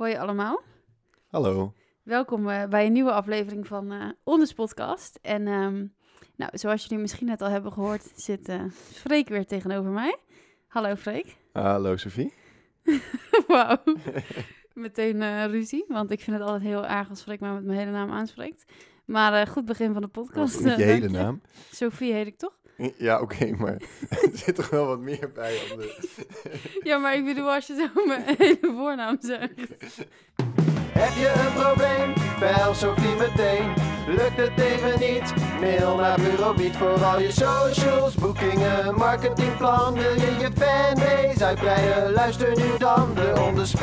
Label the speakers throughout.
Speaker 1: Hoi allemaal.
Speaker 2: Hallo.
Speaker 1: Welkom bij een nieuwe aflevering van Onders Podcast. En zoals jullie misschien net al hebben gehoord, zit Freek weer tegenover mij. Hallo Freek.
Speaker 2: Hallo Sophie.
Speaker 1: Wauw. Meteen ruzie, want ik vind het altijd heel erg als Freek mij met mijn hele naam aanspreekt. Maar goed begin van de podcast.
Speaker 2: Niet je hele naam.
Speaker 1: Sophie heet ik toch?
Speaker 2: Ja, oké, maar er zit toch wel wat meer bij.
Speaker 1: Ja, maar ik bedoel als je zo mijn hele voornaam zegt.
Speaker 3: Heb je een probleem? Bel Sophie meteen. Lukt het even niet? Mail naar Bureaubiet voor al je socials, boekingen, marketingplan. Wil je je fanbase uitbreiden? Luister nu dan de Onders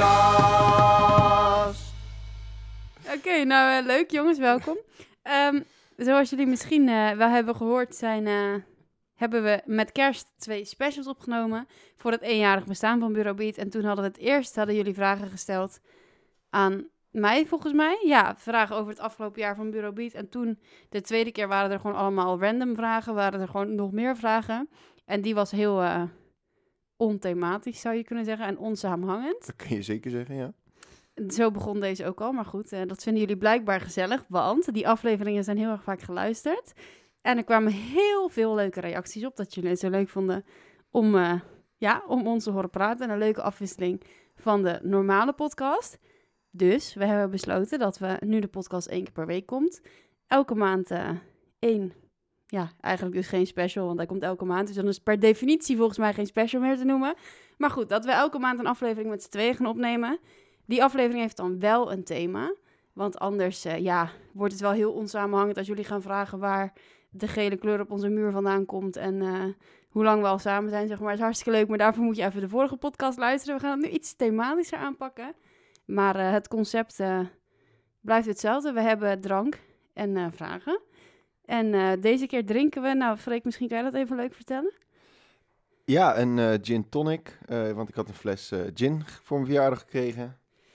Speaker 3: Podcast.
Speaker 1: Oké, leuk jongens, welkom. Zoals jullie misschien wel hebben gehoord, hebben we met kerst 2 specials opgenomen voor het 1-jarig bestaan van Bureaubiet. En toen hadden jullie vragen gesteld aan mij, volgens mij. Ja, vragen over het afgelopen jaar van Bureaubiet. En toen, de tweede keer, waren er gewoon allemaal random vragen. Waren er gewoon nog meer vragen. En die was heel onthematisch, zou je kunnen zeggen. En onsamenhangend.
Speaker 2: Dat kun je zeker zeggen, ja.
Speaker 1: Zo begon deze ook al, maar goed, dat vinden jullie blijkbaar gezellig, want die afleveringen zijn heel erg vaak geluisterd. En er kwamen heel veel leuke reacties op, dat jullie het zo leuk vonden om ons te horen praten. En een leuke afwisseling van de normale podcast. Dus we hebben besloten dat we nu de podcast 1 keer per week komt. Elke maand 1, eigenlijk dus geen special, want hij komt elke maand. Dus dan is het per definitie volgens mij geen special meer te noemen. Maar goed, dat we elke maand een aflevering met z'n tweeën gaan opnemen. Die aflevering heeft dan wel een thema, want anders wordt het wel heel onsamenhangend als jullie gaan vragen waar de gele kleur op onze muur vandaan komt en hoe lang we al samen zijn, zeg maar. Het is hartstikke leuk, maar daarvoor moet je even de vorige podcast luisteren. We gaan het nu iets thematischer aanpakken, maar het concept blijft hetzelfde. We hebben drank en vragen. En deze keer drinken we, nou Freek, misschien kan jij dat even leuk vertellen?
Speaker 2: Ja, een gin tonic, want ik had een fles gin voor mijn verjaardag gekregen.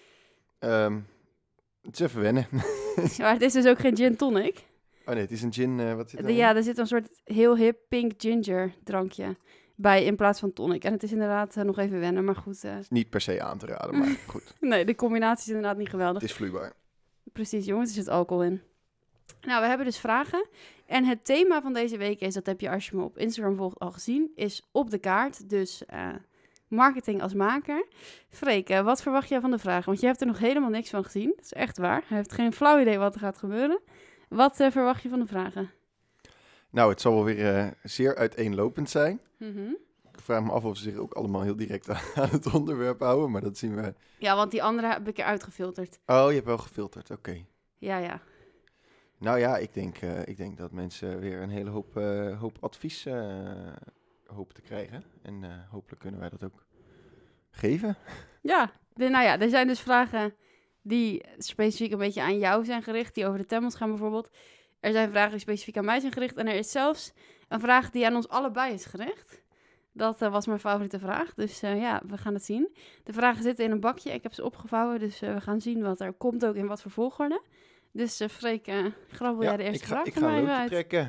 Speaker 2: Het is even wennen.
Speaker 1: Maar het is dus ook geen gin tonic.
Speaker 2: Oh nee, het is een gin, wat zit er?
Speaker 1: Ja, er zit een soort heel hip pink ginger drankje bij in plaats van tonic. En het is inderdaad nog even wennen, maar goed.
Speaker 2: Het is niet per se aan te raden, maar goed.
Speaker 1: Nee, de combinatie is inderdaad niet geweldig.
Speaker 2: Het is vloeibaar.
Speaker 1: Precies, jongens, er zit alcohol in. Nou, we hebben dus vragen. En het thema van deze week is, dat heb je als je me op Instagram volgt al gezien, is op de kaart. Dus marketing als maker. Freek, wat verwacht jij van de vragen? Want je hebt er nog helemaal niks van gezien. Dat is echt waar. Hij heeft geen flauw idee wat er gaat gebeuren. Wat verwacht je van de vragen?
Speaker 2: Nou, het zal wel weer zeer uiteenlopend zijn.
Speaker 1: Mm-hmm.
Speaker 2: Ik vraag me af of ze zich ook allemaal heel direct aan het onderwerp houden, maar dat zien we.
Speaker 1: Ja, want die andere heb ik eruit gefilterd.
Speaker 2: Oh, je hebt wel gefilterd, oké.
Speaker 1: Ja.
Speaker 2: Nou ja, ik denk dat mensen weer een hele hoop advies hopen te krijgen. En hopelijk kunnen wij dat ook geven.
Speaker 1: Ja, er zijn dus vragen die specifiek een beetje aan jou zijn gericht, die over de Temmels gaan bijvoorbeeld. Er zijn vragen die specifiek aan mij zijn gericht. En er is zelfs een vraag die aan ons allebei is gericht. Dat was mijn favoriete vraag. Dus we gaan het zien. De vragen zitten in een bakje. Ik heb ze opgevouwen. Dus we gaan zien wat er komt, ook in wat voor volgorde. Dus Freek, grabbel jij de eerste vraag van mij uit?
Speaker 2: Ik ga een trekken.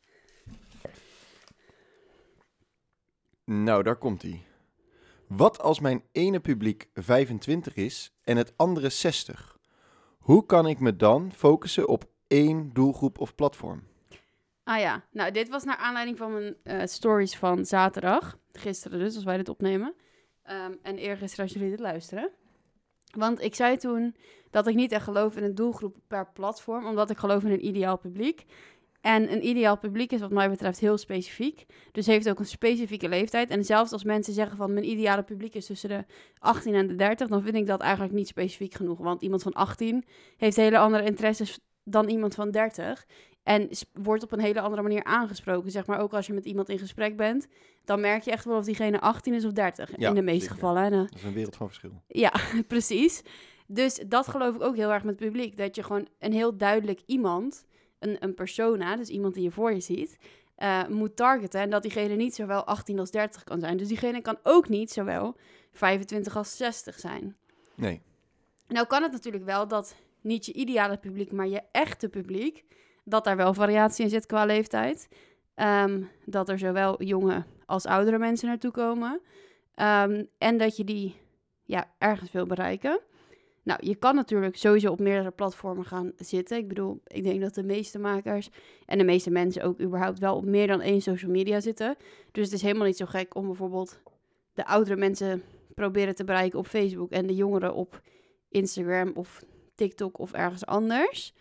Speaker 2: Nou, daar komt ie. Wat als mijn ene publiek 25 is en het andere 60? Hoe kan ik me dan focussen op 1 doelgroep of platform?
Speaker 1: Ah ja, nou dit was naar aanleiding van mijn stories van zaterdag. Gisteren dus, als wij dit opnemen. En eergisteren als jullie dit luisteren. Want ik zei toen dat ik niet echt geloof in een doelgroep per platform, omdat ik geloof in een ideaal publiek. En een ideaal publiek is wat mij betreft heel specifiek. Dus heeft ook een specifieke leeftijd. En zelfs als mensen zeggen van mijn ideale publiek is tussen de 18 en de 30... dan vind ik dat eigenlijk niet specifiek genoeg. Want iemand van 18 heeft hele andere interesses dan iemand van 30. En wordt op een hele andere manier aangesproken. Zeg maar ook als je met iemand in gesprek bent, dan merk je echt wel of diegene 18 is of 30.
Speaker 2: Ja,
Speaker 1: in de meeste
Speaker 2: zeker.
Speaker 1: gevallen.
Speaker 2: Dat is een wereld van verschil.
Speaker 1: Ja, precies. Dus dat geloof ik ook heel erg met het publiek. Dat je gewoon een heel duidelijk iemand, een persona, dus iemand die je voor je ziet, moet targeten. En dat diegene niet zowel 18 als 30 kan zijn. Dus diegene kan ook niet zowel 25 als 60 zijn.
Speaker 2: Nee.
Speaker 1: Nou kan het natuurlijk wel dat niet je ideale publiek, maar je echte publiek, dat daar wel variatie in zit qua leeftijd. Dat er zowel jonge als oudere mensen naartoe komen. En dat je die ergens wil bereiken. Nou, je kan natuurlijk sowieso op meerdere platformen gaan zitten. Ik bedoel, ik denk dat de meeste makers en de meeste mensen ook überhaupt wel op meer dan 1 social media zitten. Dus het is helemaal niet zo gek om bijvoorbeeld de oudere mensen proberen te bereiken op Facebook en de jongeren op Instagram of TikTok of ergens anders.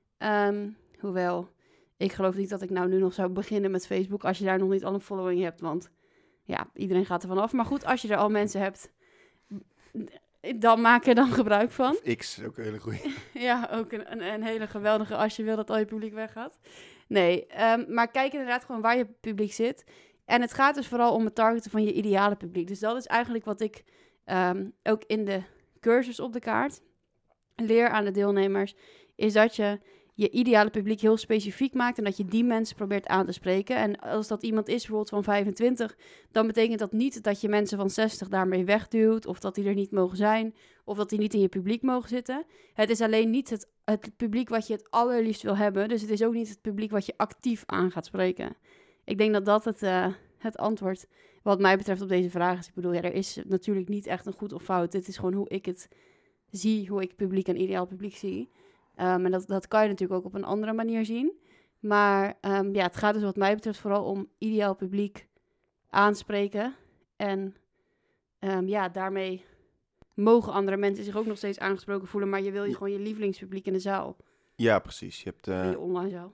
Speaker 1: Hoewel, ik geloof niet dat ik nou nu nog zou beginnen met Facebook als je daar nog niet al een following hebt, want ja, iedereen gaat er vanaf. Maar goed, als je er al mensen hebt, dan maak er dan gebruik van.
Speaker 2: Of X, ook een hele goeie.
Speaker 1: Ja, ook een hele geweldige als je wil dat al je publiek weggaat. Nee, maar kijk inderdaad gewoon waar je publiek zit. En het gaat dus vooral om het targeten van je ideale publiek. Dus dat is eigenlijk wat ik ook in de cursus op de kaart leer aan de deelnemers, is dat je je ideale publiek heel specifiek maakt en dat je die mensen probeert aan te spreken. En als dat iemand is bijvoorbeeld van 25, dan betekent dat niet dat je mensen van 60 daarmee wegduwt of dat die er niet mogen zijn of dat die niet in je publiek mogen zitten. Het is alleen niet het publiek wat je het allerliefst wil hebben, dus het is ook niet het publiek wat je actief aan gaat spreken. Ik denk dat dat het antwoord wat mij betreft op deze vraag is. Ik bedoel, ja, er is natuurlijk niet echt een goed of fout. Dit is gewoon hoe ik het zie, hoe ik publiek en ideaal publiek zie. En dat kan je natuurlijk ook op een andere manier zien. Maar ja, het gaat dus wat mij betreft vooral om ideaal publiek aanspreken. En ja, daarmee mogen andere mensen zich ook nog steeds aangesproken voelen. Maar je wil gewoon je lievelingspubliek in de zaal.
Speaker 2: Ja, precies. Je hebt,
Speaker 1: In je online zaal.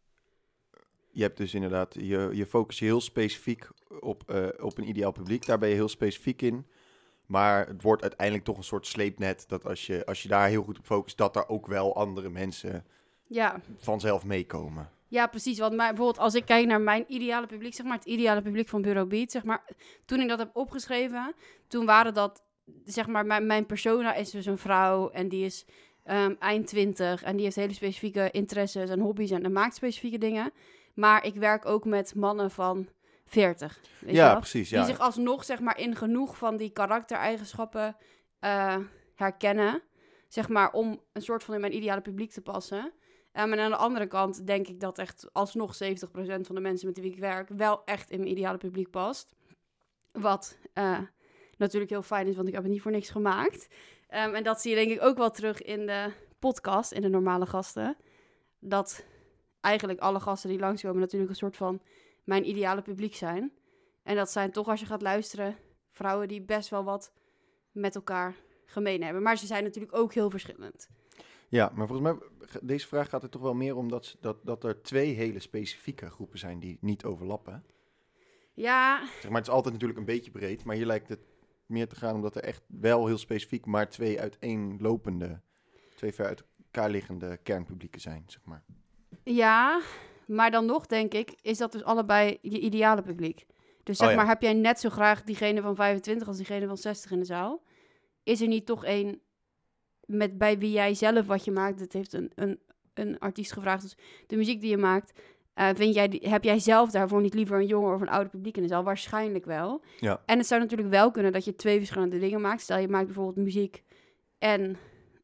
Speaker 2: je hebt dus inderdaad, je focus je heel specifiek op een ideaal publiek. Daar ben je heel specifiek in. Maar het wordt uiteindelijk toch een soort sleepnet dat als je daar heel goed op focust, dat er ook wel andere mensen vanzelf meekomen.
Speaker 1: Ja, precies. Want bijvoorbeeld als ik kijk naar mijn ideale publiek, zeg maar het ideale publiek van Bureau Beat, zeg maar, toen ik dat heb opgeschreven, toen waren dat, zeg maar, mijn persona is dus een vrouw en die is eind 20 en die heeft hele specifieke interesses en hobby's en maakt specifieke dingen. Maar ik werk ook met mannen van 40. Weet je wel?
Speaker 2: Precies.
Speaker 1: Die zich alsnog, zeg maar, in genoeg van die karaktereigenschappen herkennen, zeg maar, om een soort van in mijn ideale publiek te passen. En aan de andere kant denk ik dat echt alsnog 70% van de mensen met wie ik werk wel echt in mijn ideale publiek past. Wat natuurlijk heel fijn is, want ik heb het niet voor niks gemaakt. En dat zie je denk ik ook wel terug in de podcast, in de normale gasten. Dat eigenlijk alle gasten die langskomen natuurlijk een soort van mijn ideale publiek zijn. En dat zijn toch, als je gaat luisteren, vrouwen die best wel wat met elkaar gemeen hebben. Maar ze zijn natuurlijk ook heel verschillend.
Speaker 2: Ja, maar volgens mij, deze vraag gaat er toch wel meer om dat er 2 hele specifieke groepen zijn die niet overlappen.
Speaker 1: Ja.
Speaker 2: Zeg maar, het is altijd natuurlijk een beetje breed, maar hier lijkt het meer te gaan omdat er echt wel heel specifiek maar 2 uiteenlopende, 2 ver uit elkaar liggende kernpublieken zijn, zeg maar.
Speaker 1: Ja, maar dan nog denk ik, is dat dus allebei je ideale publiek. Dus zeg maar, heb jij net zo graag diegene van 25 als diegene van 60 in de zaal? Is er niet toch één bij wie jij zelf wat je maakt? Dat heeft een artiest gevraagd. Dus de muziek die je maakt, heb jij zelf daarvoor niet liever een jonger of een ouder publiek in de zaal? Waarschijnlijk wel.
Speaker 2: Ja.
Speaker 1: En het zou natuurlijk wel kunnen dat je 2 verschillende dingen maakt. Stel, je maakt bijvoorbeeld muziek en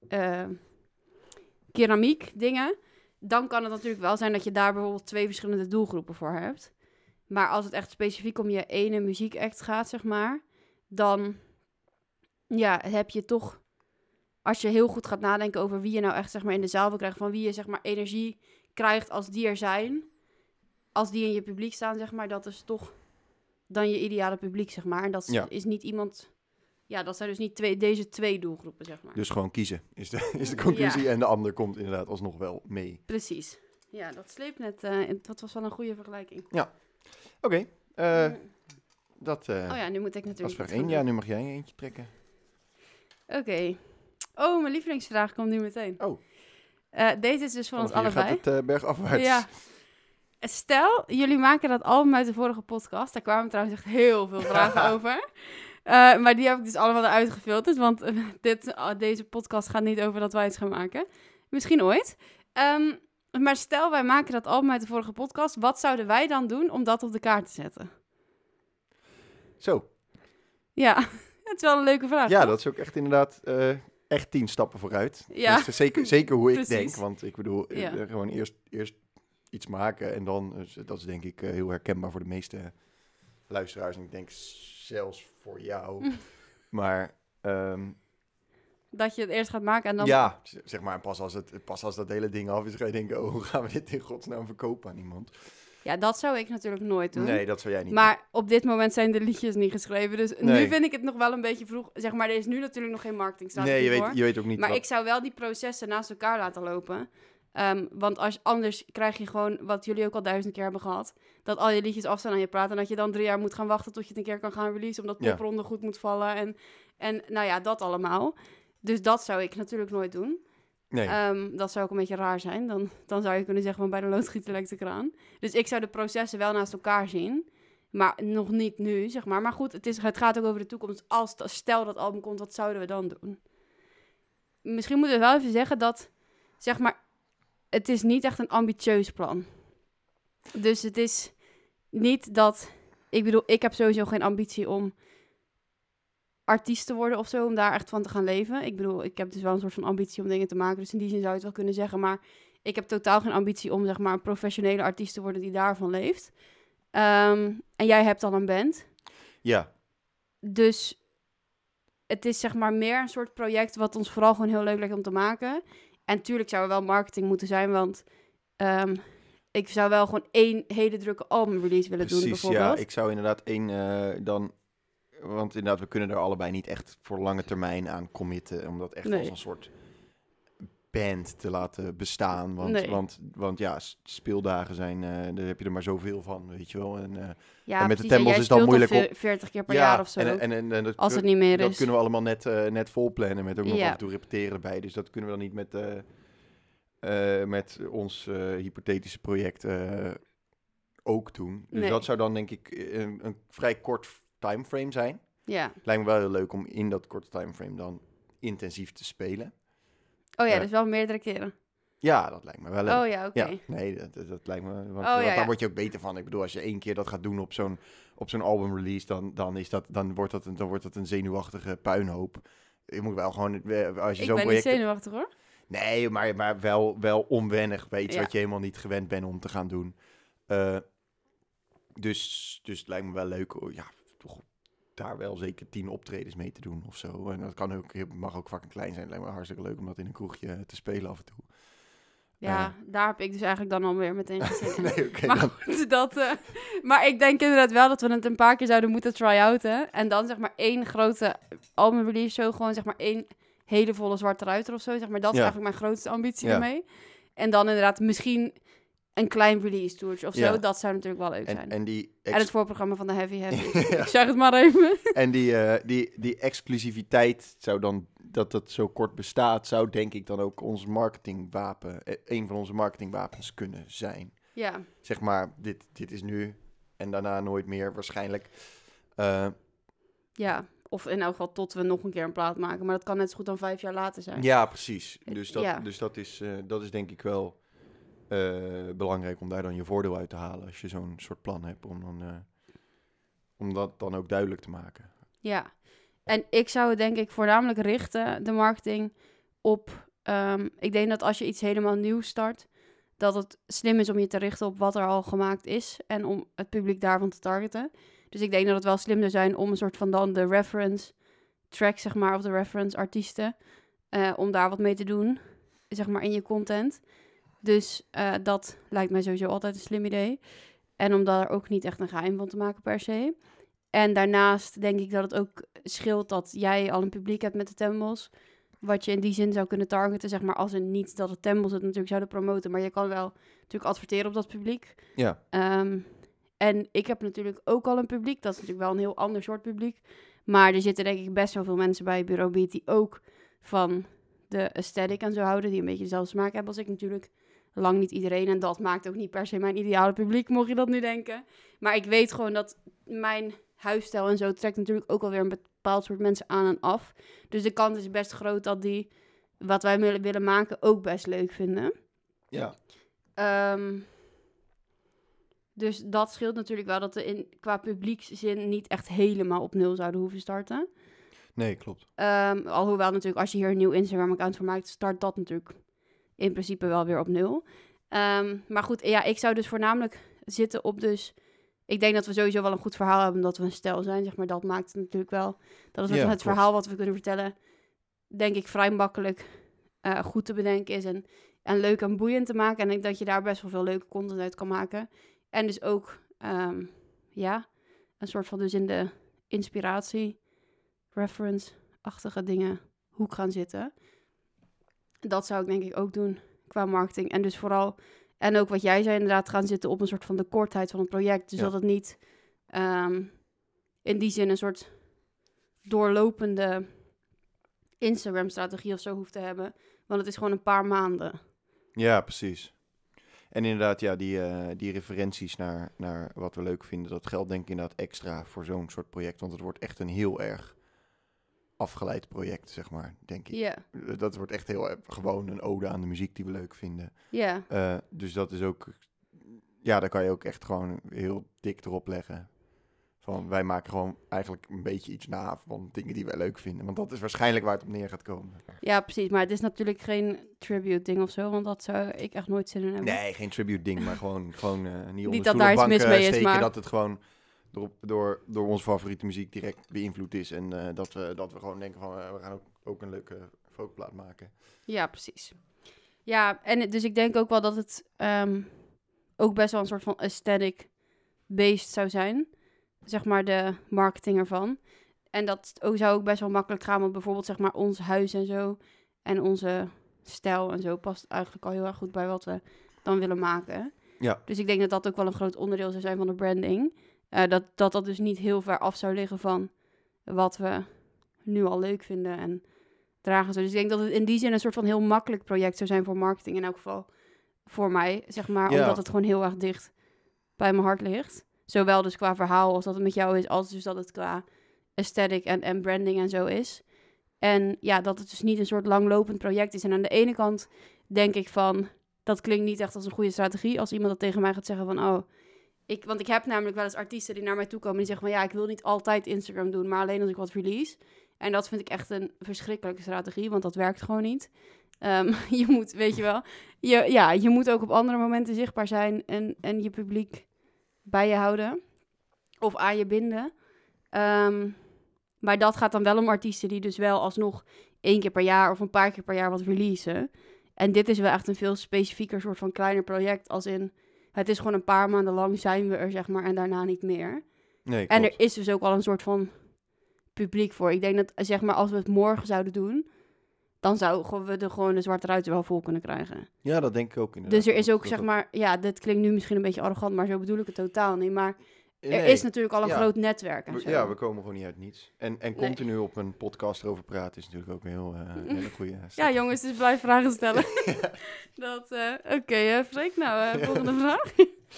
Speaker 1: keramiek dingen. Dan kan het natuurlijk wel zijn dat je daar bijvoorbeeld 2 verschillende doelgroepen voor hebt. Maar als het echt specifiek om je ene muziekact gaat, zeg maar, dan heb je toch, als je heel goed gaat nadenken over wie je nou echt, zeg maar, in de zaal wil krijgen, van wie je, zeg maar, energie krijgt als die er zijn, als die in je publiek staan, zeg maar, dat is toch dan je ideale publiek, zeg maar. En dat is niet iemand. Ja, dat zijn dus niet deze 2 doelgroepen, zeg maar.
Speaker 2: Dus gewoon kiezen is de conclusie. En de ander komt inderdaad alsnog wel mee.
Speaker 1: Precies. Ja, dat sleept net. Dat was wel een goede vergelijking.
Speaker 2: Ja. Oké. Dat
Speaker 1: nu moet ik natuurlijk.
Speaker 2: was vraag 1. Ja, nu mag jij eentje trekken.
Speaker 1: Oké. Oh, mijn lievelingsvraag komt nu meteen.
Speaker 2: Oh.
Speaker 1: Deze is dus van ons allebei.
Speaker 2: Gaat het bergafwaarts.
Speaker 1: Ja. Stel, jullie maken dat album uit de vorige podcast. Daar kwamen trouwens echt heel veel vragen over. Maar die heb ik dus allemaal eruit gefilterd. Want deze podcast gaat niet over dat wij het gaan maken. Misschien ooit. Maar stel, wij maken dat album uit de vorige podcast. Wat zouden wij dan doen om dat op de kaart te zetten?
Speaker 2: Zo.
Speaker 1: Ja, het is wel een leuke vraag.
Speaker 2: Ja,
Speaker 1: toch?
Speaker 2: dat is ook echt inderdaad echt 10 stappen vooruit.
Speaker 1: Ja.
Speaker 2: Dus zeker hoe ik
Speaker 1: Precies.
Speaker 2: denk. Want ik bedoel, gewoon eerst iets maken. En dan, dat is denk ik heel herkenbaar voor de meeste luisteraars. En ik denk zelfs voor jou. Maar
Speaker 1: Dat je het eerst gaat maken en dan...
Speaker 2: Ja, zeg maar, pas als dat hele ding af is, ga je denken, hoe gaan we dit in godsnaam verkopen aan iemand?
Speaker 1: Ja, dat zou ik natuurlijk nooit doen.
Speaker 2: Nee, dat zou jij niet
Speaker 1: Maar op dit moment zijn de liedjes niet geschreven. Dus
Speaker 2: Nee.
Speaker 1: nu vind ik het nog wel een beetje vroeg. Zeg maar, er is nu natuurlijk nog geen
Speaker 2: doen.
Speaker 1: marketingstrategie
Speaker 2: Nee,
Speaker 1: voor.
Speaker 2: je weet ook niet
Speaker 1: Maar
Speaker 2: wat...
Speaker 1: ik zou wel die processen naast elkaar laten lopen. Want anders krijg je gewoon, wat jullie ook al 1000 keer hebben gehad, dat al je liedjes af zijn aan je praten en dat je dan 3 jaar moet gaan wachten tot je het een keer kan gaan releasen, omdat
Speaker 2: Ja.
Speaker 1: popronde goed moet vallen en nou ja, dat allemaal. Dus dat zou ik natuurlijk nooit doen.
Speaker 2: Nee,
Speaker 1: Dat zou ook een beetje raar zijn. Dan zou je kunnen zeggen van bij de loodgieter lekt de kraan. Dus ik zou de processen wel naast elkaar zien. Maar nog niet nu, zeg maar. Maar goed, het gaat ook over de toekomst. Stel dat album komt, wat zouden we dan doen? Misschien moeten we wel even zeggen dat, zeg maar, het is niet echt een ambitieus plan. Dus het is niet dat... Ik bedoel, ik heb sowieso geen ambitie om artiest te worden of zo, om daar echt van te gaan leven. Ik bedoel, ik heb dus wel een soort van ambitie om dingen te maken. Dus in die zin zou je het wel kunnen zeggen. Maar ik heb totaal geen ambitie om, zeg maar, een professionele artiest te worden die daarvan leeft. En jij hebt al een band.
Speaker 2: ja.
Speaker 1: Dus het is, zeg maar, meer een soort project wat ons vooral gewoon heel leuk lijkt om te maken. En tuurlijk zou er wel marketing moeten zijn, want ik zou wel gewoon 1 hele drukke album-release willen doen,
Speaker 2: Precies,
Speaker 1: bijvoorbeeld.
Speaker 2: ja. Ik zou inderdaad dan... Want inderdaad, we kunnen er allebei niet echt voor lange termijn aan committen. Om dat echt
Speaker 1: Nee.
Speaker 2: als een soort band te laten bestaan.
Speaker 1: Nee.
Speaker 2: Want ja, speeldagen zijn... daar heb je er maar zoveel van, weet je wel. En
Speaker 1: Ja,
Speaker 2: en met de
Speaker 1: precies. En
Speaker 2: Tempels
Speaker 1: jij
Speaker 2: is dat
Speaker 1: speelt
Speaker 2: moeilijk
Speaker 1: al
Speaker 2: op...
Speaker 1: 40 keer per jaar of zo.
Speaker 2: En dat,
Speaker 1: Als het niet meer
Speaker 2: dat
Speaker 1: is.
Speaker 2: kunnen we allemaal net vol plannen. Met ook nog
Speaker 1: Ja.
Speaker 2: af en toe repeteren erbij. Dus dat kunnen we dan niet met ons hypothetische project ook doen. Dus
Speaker 1: Nee.
Speaker 2: dat zou dan denk ik een vrij kort timeframe zijn.
Speaker 1: Ja.
Speaker 2: Lijkt me wel heel leuk om in dat korte timeframe dan intensief te spelen.
Speaker 1: Oh ja,
Speaker 2: Ja.
Speaker 1: dus wel meerdere keren.
Speaker 2: Ja, dat lijkt me wel leuk.
Speaker 1: Oh ja, oké.
Speaker 2: Ja, nee, dat lijkt me... Want
Speaker 1: ja,
Speaker 2: daar
Speaker 1: ja.
Speaker 2: word je ook beter van. Ik bedoel, als je 1 keer dat gaat doen op zo'n albumrelease, dan wordt dat een zenuwachtige puinhoop. Je moet wel gewoon... Als je
Speaker 1: Ik
Speaker 2: zo'n
Speaker 1: ben
Speaker 2: project...
Speaker 1: niet zenuwachtig hoor.
Speaker 2: Nee, maar wel onwennig bij iets
Speaker 1: Ja.
Speaker 2: wat je helemaal niet gewend bent om te gaan doen. Dus het lijkt me wel leuk, ja, toch daar wel zeker 10 optredens mee te doen of zo. En dat mag ook fucking klein zijn. Het lijkt me hartstikke leuk om dat in een kroegje te spelen af en toe.
Speaker 1: Ja, daar heb ik dus eigenlijk dan alweer meteen geen zin in.
Speaker 2: Nee, oké,
Speaker 1: Maar
Speaker 2: dan-
Speaker 1: goed, maar ik denk inderdaad wel dat we het een paar keer zouden moeten try-outen. En dan zeg maar 1 grote album-release show. Gewoon zeg maar 1 hele volle zwarte ruiter of zo. Zeg maar, dat is
Speaker 2: Ja.
Speaker 1: eigenlijk mijn grootste ambitie
Speaker 2: Ja.
Speaker 1: ermee. En dan inderdaad misschien een klein release tourtje of zo.
Speaker 2: Ja.
Speaker 1: Dat zou natuurlijk wel leuk zijn.
Speaker 2: En die
Speaker 1: En het voorprogramma van de Heavy Heavy.
Speaker 2: Ja.
Speaker 1: Ik zeg het maar even.
Speaker 2: En die exclusiviteit zou dan, dat zo kort bestaat, zou denk ik dan ook ons marketingwapen, een van onze marketingwapens kunnen zijn.
Speaker 1: Ja,
Speaker 2: Zeg maar, dit is nu en daarna nooit meer waarschijnlijk.
Speaker 1: ja. Of in elk geval tot we nog een keer een plaat maken. Maar dat kan net zo goed dan 5 jaar later zijn.
Speaker 2: Ja, precies. Dus
Speaker 1: Ja.
Speaker 2: dat is denk ik wel belangrijk om daar dan je voordeel uit te halen als je zo'n soort plan hebt om dat dan ook duidelijk te maken.
Speaker 1: Ja, en ik zou het denk ik voornamelijk richten, de marketing, op... ik denk dat als je iets helemaal nieuws start, dat het slim is om je te richten op wat er al gemaakt is en om het publiek daarvan te targeten. Dus ik denk dat het wel slim zou zijn om een soort van dan de reference track, zeg maar, of de reference artiesten, om daar wat mee te doen, zeg maar, in je content. Dus dat lijkt mij sowieso altijd een slim idee. En om daar ook niet echt een geheim van te maken per se. En daarnaast denk ik dat het ook scheelt dat jij al een publiek hebt met de Tempels. Wat je in die zin zou kunnen targeten, zeg maar, als een niet dat de Tempels het natuurlijk zouden promoten. Maar je kan wel natuurlijk adverteren op dat publiek.
Speaker 2: Ja,
Speaker 1: En ik heb natuurlijk ook al een publiek. Dat is natuurlijk wel een heel ander soort publiek. Maar er zitten denk ik best wel veel mensen bij Bureau Beat die ook van de aesthetic en zo houden. Die een beetje dezelfde smaak hebben als ik natuurlijk. Lang niet iedereen. En dat maakt ook niet per se mijn ideale publiek, mocht je dat nu denken. Maar ik weet gewoon dat mijn huisstijl en zo trekt natuurlijk ook alweer een bepaald soort mensen aan en af. Dus de kans is best groot dat die wat wij willen maken ook best leuk vinden.
Speaker 2: ja.
Speaker 1: Dus dat scheelt natuurlijk wel dat we qua publiekszin niet echt helemaal op 0 zouden hoeven starten.
Speaker 2: Nee, klopt.
Speaker 1: Alhoewel natuurlijk als je hier een nieuw Instagram-account voor maakt, start dat natuurlijk in principe wel weer op 0. Maar goed, ja, ik zou dus voornamelijk zitten op dus... Ik denk dat we sowieso wel een goed verhaal hebben, omdat we een stijl zijn, zeg maar. Dat maakt het natuurlijk wel... Dat is
Speaker 2: Ja,
Speaker 1: het
Speaker 2: klopt.
Speaker 1: verhaal wat we kunnen vertellen. denk ik, vrij makkelijk goed te bedenken is en leuk en boeiend te maken. En ik denk dat je daar best wel veel leuke content uit kan maken. En dus ook, een soort van dus in de inspiratie, reference-achtige dingen hoek gaan zitten. Dat zou ik denk ik ook doen qua marketing. En dus vooral, en ook wat jij zei inderdaad, gaan zitten op een soort van de kortheid van het project. Dus dat het niet in die zin een soort doorlopende Instagram-strategie of zo hoeft te hebben. Want het is gewoon een paar maanden.
Speaker 2: Ja, precies. En inderdaad, ja, die referenties naar wat we leuk vinden, dat geldt denk ik inderdaad extra voor zo'n soort project. Want het wordt echt een heel erg afgeleid project, zeg maar, denk ik.
Speaker 1: Ja.
Speaker 2: Dat wordt echt heel gewoon een ode aan de muziek die we leuk vinden.
Speaker 1: Ja.
Speaker 2: Dus dat is ook, ja, daar kan je ook echt gewoon heel dik erop leggen. Van, wij maken gewoon eigenlijk een beetje iets na van dingen die wij leuk vinden. Want dat is waarschijnlijk waar het op neer gaat komen.
Speaker 1: Ja, precies. Maar het is natuurlijk geen tribute ding of zo, want dat zou ik echt nooit zin in hebben.
Speaker 2: Nee, geen tribute ding, maar gewoon niet onder
Speaker 1: Niet
Speaker 2: de
Speaker 1: dat
Speaker 2: stoel
Speaker 1: daar
Speaker 2: of
Speaker 1: iets
Speaker 2: bank
Speaker 1: mis mee is,
Speaker 2: steken.
Speaker 1: maar-
Speaker 2: Dat het gewoon door onze favoriete muziek direct beïnvloed is. En dat we gewoon denken van, we gaan ook een leuke folkplaat maken.
Speaker 1: Ja, precies. Ja, en dus ik denk ook wel dat het ook best wel een soort van aesthetic-based zou zijn. Zeg maar de marketing ervan. En dat zou ook best wel makkelijk gaan, want bijvoorbeeld zeg maar ons huis en zo en onze stijl en zo past eigenlijk al heel erg goed bij wat we dan willen maken.
Speaker 2: Ja.
Speaker 1: Dus ik denk dat dat ook wel een groot onderdeel zou zijn van de branding. Dat dus niet heel ver af zou liggen van wat we nu al leuk vinden en dragen. Dus ik denk dat het in die zin een soort van heel makkelijk project zou zijn voor marketing. In elk geval voor mij, zeg maar.
Speaker 2: Ja.
Speaker 1: Omdat het gewoon heel erg dicht bij mijn hart ligt. Zowel dus qua verhaal als dat het met jou is, als dus dat het qua aesthetic en branding en zo is. En ja, dat het dus niet een soort langlopend project is. En aan de ene kant denk ik van, dat klinkt niet echt als een goede strategie. Als iemand dat tegen mij gaat zeggen van, want ik heb namelijk wel eens artiesten die naar mij toe komen die zeggen van, ja, ik wil niet altijd Instagram doen, maar alleen als ik wat release. En dat vind ik echt een verschrikkelijke strategie, want dat werkt gewoon niet. Je moet, weet je wel, je moet ook op andere momenten zichtbaar zijn en je publiek bij je houden. Of aan je binden. Maar dat gaat dan wel om artiesten die dus wel alsnog 1 keer per jaar of een paar keer per jaar wat releasen. En dit is wel echt een veel specifieker soort van kleiner project. Als in, het is gewoon een paar maanden lang zijn we er, zeg maar, en daarna niet meer.
Speaker 2: Nee,
Speaker 1: En
Speaker 2: klopt.
Speaker 1: er is dus ook al een soort van publiek voor. Ik denk dat, zeg maar, als we het morgen zouden doen, dan zouden we de zwarte ruiten wel vol kunnen krijgen.
Speaker 2: Ja, dat denk ik ook inderdaad.
Speaker 1: Dus er is ook,
Speaker 2: Dat
Speaker 1: zeg maar, ja, dit klinkt nu misschien een beetje arrogant, maar zo bedoel ik het totaal niet. Maar er
Speaker 2: Nee,
Speaker 1: is natuurlijk al een
Speaker 2: ja.
Speaker 1: groot netwerk en zo.
Speaker 2: Ja, we komen gewoon niet uit niets. En continu op een podcast erover praten is natuurlijk ook een hele goede
Speaker 1: Ja, jongens, dus blijf vragen stellen. Oké, Freek, nou, volgende vraag.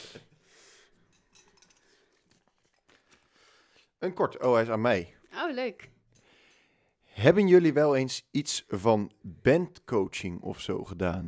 Speaker 2: Een kort, hij is aan mij.
Speaker 1: Oh, leuk.
Speaker 2: Hebben jullie wel eens iets van bandcoaching of zo gedaan?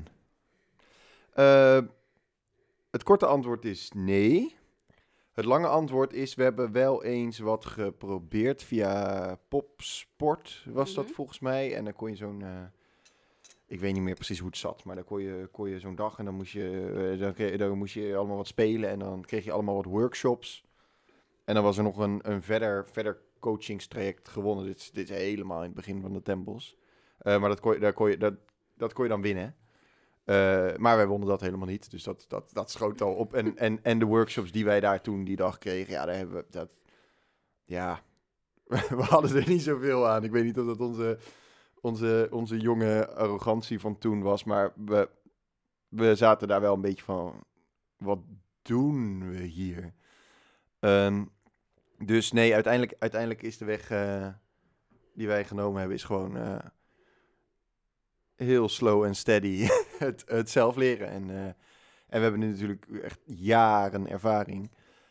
Speaker 2: Het korte antwoord is nee. Het lange antwoord is, we hebben wel eens wat geprobeerd via Popsport, was dat volgens mij. En dan kon je zo'n, ik weet niet meer precies hoe het zat, maar dan kon je zo'n dag en dan moest je allemaal wat spelen en dan kreeg je allemaal wat workshops. En dan was er nog een verder coachingstraject gewonnen. Dit is helemaal in het begin van de Tempels. Maar dat kon je dan winnen. Maar wij wonnen dat helemaal niet. Dus dat schoot al op. En de workshops die wij daar toen die dag kregen, ja, daar hebben we dat. Ja, we hadden er niet zoveel aan. Ik weet niet of dat onze jonge arrogantie van toen was. Maar we zaten daar wel een beetje van, wat doen we hier? Dus nee, uiteindelijk is de weg die wij genomen hebben, is gewoon heel slow en steady het zelf leren. En we hebben nu natuurlijk echt jaren ervaring.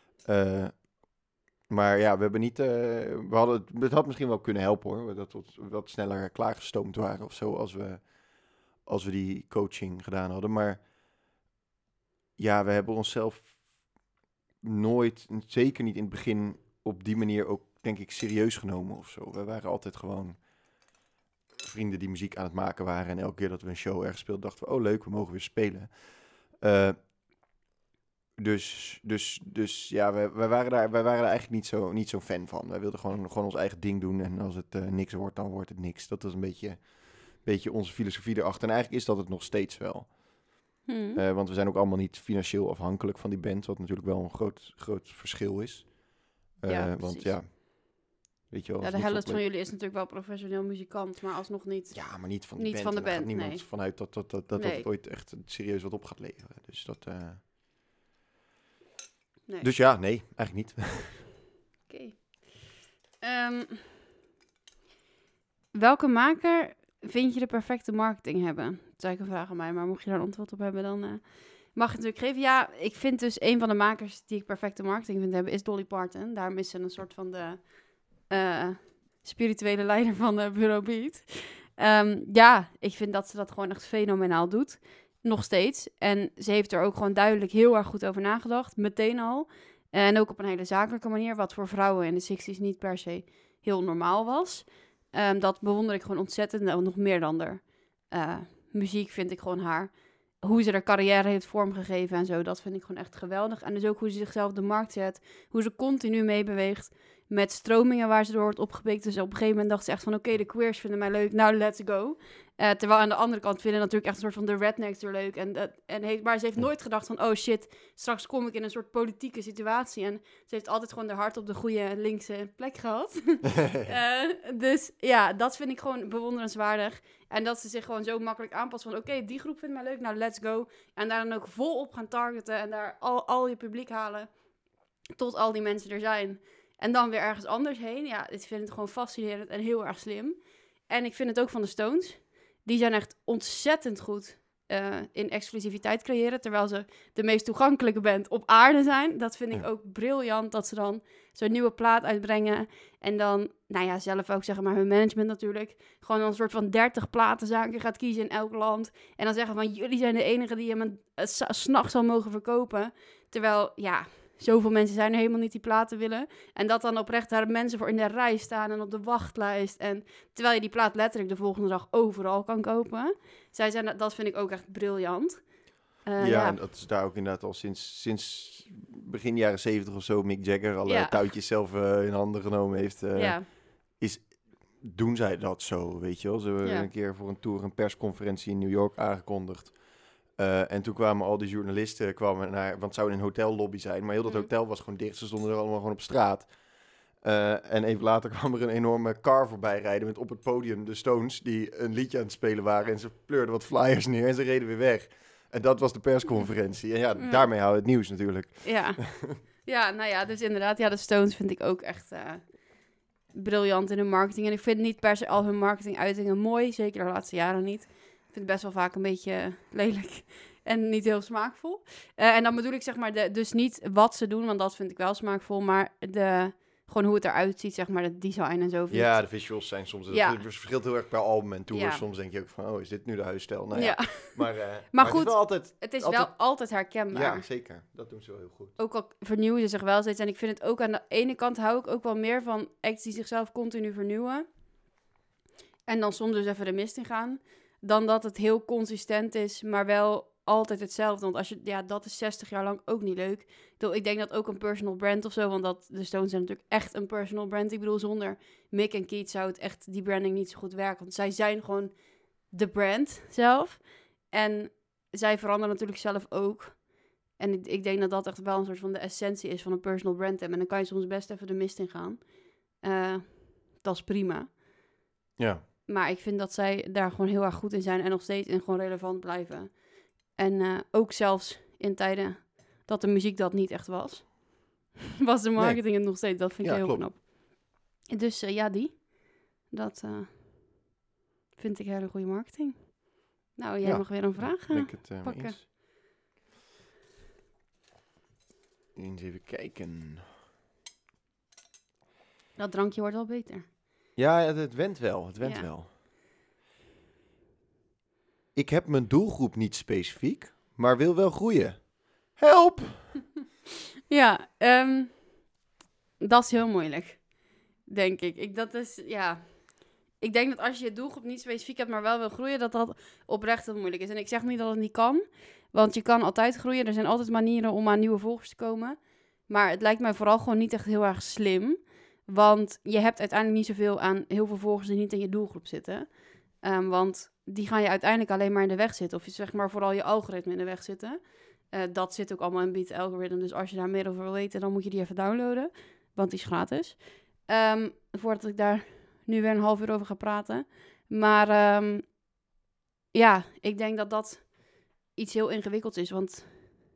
Speaker 2: Maar ja, we hebben niet... het had misschien wel kunnen helpen hoor, dat we wat sneller klaargestoomd waren of zo als we die coaching gedaan hadden. Maar ja, we hebben onszelf nooit, zeker niet in het begin, op die manier ook, denk ik, serieus genomen of zo. We waren altijd gewoon vrienden die muziek aan het maken waren. En elke keer dat we een show ergens speelden, dachten we, oh leuk, we mogen weer spelen. Dus ja, wij waren daar eigenlijk niet zo fan van. Wij wilden gewoon ons eigen ding doen. En als het niks wordt, dan wordt het niks. Dat was een beetje beetje onze filosofie erachter. En eigenlijk is dat het nog steeds wel. Want we zijn ook allemaal niet financieel afhankelijk van die band, wat natuurlijk wel een groot verschil is. Want ja, weet je wel.
Speaker 1: Ja, de helft van jullie is natuurlijk wel professioneel muzikant, maar alsnog niet.
Speaker 2: Ja, maar niet van
Speaker 1: niet
Speaker 2: band.
Speaker 1: van de
Speaker 2: En daar gaat
Speaker 1: band,
Speaker 2: niemand
Speaker 1: nee.
Speaker 2: vanuit dat
Speaker 1: Nee.
Speaker 2: het ooit echt serieus wat op gaat leveren. Dus dat.
Speaker 1: Nee.
Speaker 2: Dus ja, nee, eigenlijk niet.
Speaker 1: Oké. Welke maker vind je de perfecte marketing hebben? Dat is eigenlijk een vraag aan mij, maar mocht je daar een antwoord op hebben, dan mag je het natuurlijk geven. Ja, ik vind dus een van de makers die ik perfecte marketing vind hebben, is Dolly Parton. Daarom is ze een soort van de spirituele leider van Bureau Beat. Ja, ik vind dat ze dat gewoon echt fenomenaal doet. Nog steeds. En ze heeft er ook gewoon duidelijk heel erg goed over nagedacht. Meteen al. En ook op een hele zakelijke manier. Wat voor vrouwen in de 60's niet per se heel normaal was. Dat bewonder ik gewoon ontzettend. Nou, nog meer dan de muziek vind ik gewoon haar. Hoe ze haar carrière heeft vormgegeven en zo. Dat vind ik gewoon echt geweldig. En dus ook hoe ze zichzelf op de markt zet. Hoe ze continu meebeweegt. Met stromingen waar ze door wordt opgepikt. Dus op een gegeven moment dacht ze echt van... Oké, de queers vinden mij leuk. Nou, let's go. Terwijl aan de andere kant vinden natuurlijk echt een soort van de rednecks er leuk. Maar ze heeft nooit gedacht van... Oh shit, straks kom ik in een soort politieke situatie. En ze heeft altijd gewoon haar hart op de goede linkse plek gehad. Dus ja, dat vind ik gewoon bewonderenswaardig. En dat ze zich gewoon zo makkelijk aanpast van... Oké, die groep vindt mij leuk. Nou, let's go. En daar dan ook volop gaan targeten. En daar al je publiek halen. Tot al die mensen er zijn. En dan weer ergens anders heen. Ja, ik vind het gewoon fascinerend en heel erg slim. En ik vind het ook van de Stones. Die zijn echt ontzettend goed in exclusiviteit creëren. Terwijl ze de meest toegankelijke band op aarde zijn. Dat vind ik ook briljant. Dat ze dan zo'n nieuwe plaat uitbrengen. En dan, nou ja, zelf ook zeggen maar hun management natuurlijk. Gewoon een soort van 30 platenzaken gaat kiezen in elk land. En dan zeggen van jullie zijn de enige die hem 's nachts al mogen verkopen. Terwijl, ja... Zoveel mensen zijn er helemaal niet die platen willen. En dat dan oprecht daar mensen voor in de rij staan en op de wachtlijst. En terwijl je die plaat letterlijk de volgende dag overal kan kopen. Dat vind ik ook echt briljant.
Speaker 2: Ja, en dat is daar ook inderdaad al sinds begin jaren 70 of zo... Mick Jagger alle touwtjes zelf in handen genomen heeft. Doen zij dat zo, weet je wel. Ze hebben een keer voor een tour een persconferentie in New York aangekondigd. En toen kwamen al die journalisten want het zou in een hotellobby zijn. Maar heel dat hotel was gewoon dicht. Ze stonden er allemaal gewoon op straat. En even later kwam er een enorme car voorbij rijden met op het podium de Stones die een liedje aan het spelen waren. En ze pleurden wat flyers neer en ze reden weer weg. En dat was de persconferentie. En ja, daarmee houden we het nieuws natuurlijk.
Speaker 1: Ja. Ja, nou ja, dus inderdaad. Ja, de Stones vind ik ook echt briljant in hun marketing. En ik vind niet per se al hun marketinguitingen mooi. Zeker de laatste jaren niet. Ik vind het best wel vaak een beetje lelijk en niet heel smaakvol. En dan bedoel ik zeg maar dus niet wat ze doen, want dat vind ik wel smaakvol, maar gewoon hoe het eruit ziet, zeg maar, het design en zo.
Speaker 2: Ja, de visuals zijn soms... Het verschilt heel erg per album en tour. Ja. Soms denk je ook van, is dit nu de huisstijl? Nou ja. Maar goed, het is wel altijd herkenbaar. Ja, zeker. Dat doen ze wel heel goed.
Speaker 1: Ook al vernieuwen ze zich wel steeds. En ik vind het ook aan de ene kant hou ik ook wel meer van acts die zichzelf continu vernieuwen. En dan soms dus even de mist in gaan. Dan dat het heel consistent is, maar wel altijd hetzelfde. Want dat is 60 jaar lang ook niet leuk. Ik denk dat ook een personal brand of zo, want de Stones zijn natuurlijk echt een personal brand. Ik bedoel, zonder Mick en Keith zou het echt die branding niet zo goed werken. Want zij zijn gewoon de brand zelf. En zij veranderen natuurlijk zelf ook. En ik denk dat dat echt wel een soort van de essentie is van een personal brand hebben. En dan kan je soms best even de mist in gaan. Dat is prima.
Speaker 2: Ja.
Speaker 1: Maar ik vind dat zij daar gewoon heel erg goed in zijn en nog steeds in gewoon relevant blijven. En ook zelfs in tijden dat de muziek dat niet echt was, was de marketing het nog steeds. Dat vind ik heel knap. Dus die. Dat vind ik hele goede marketing. Nou, jij mag weer een vraag pakken.
Speaker 2: Eens even kijken.
Speaker 1: Dat drankje wordt wel beter.
Speaker 2: Ja, het went wel. Wel. Ik heb mijn doelgroep niet specifiek, maar wil wel groeien. Help!
Speaker 1: Ja, dat is heel moeilijk, denk ik. Ik denk dat als je je doelgroep niet specifiek hebt, maar wel wil groeien, dat oprecht heel moeilijk is. En ik zeg niet dat het niet kan, want je kan altijd groeien. Er zijn altijd manieren om aan nieuwe volgers te komen. Maar het lijkt mij vooral gewoon niet echt heel erg slim. Want je hebt uiteindelijk niet zoveel aan heel veel volgers die niet in je doelgroep zitten. Want die gaan je uiteindelijk alleen maar in de weg zitten. Of je zeg maar vooral je algoritme in de weg zitten. Dat zit ook allemaal in Beat Algorithm. Dus als je daar meer over wil weten, dan moet je die even downloaden. Want die is gratis. Voordat ik daar nu weer een half uur over ga praten. Maar ik denk dat dat iets heel ingewikkelds is. Want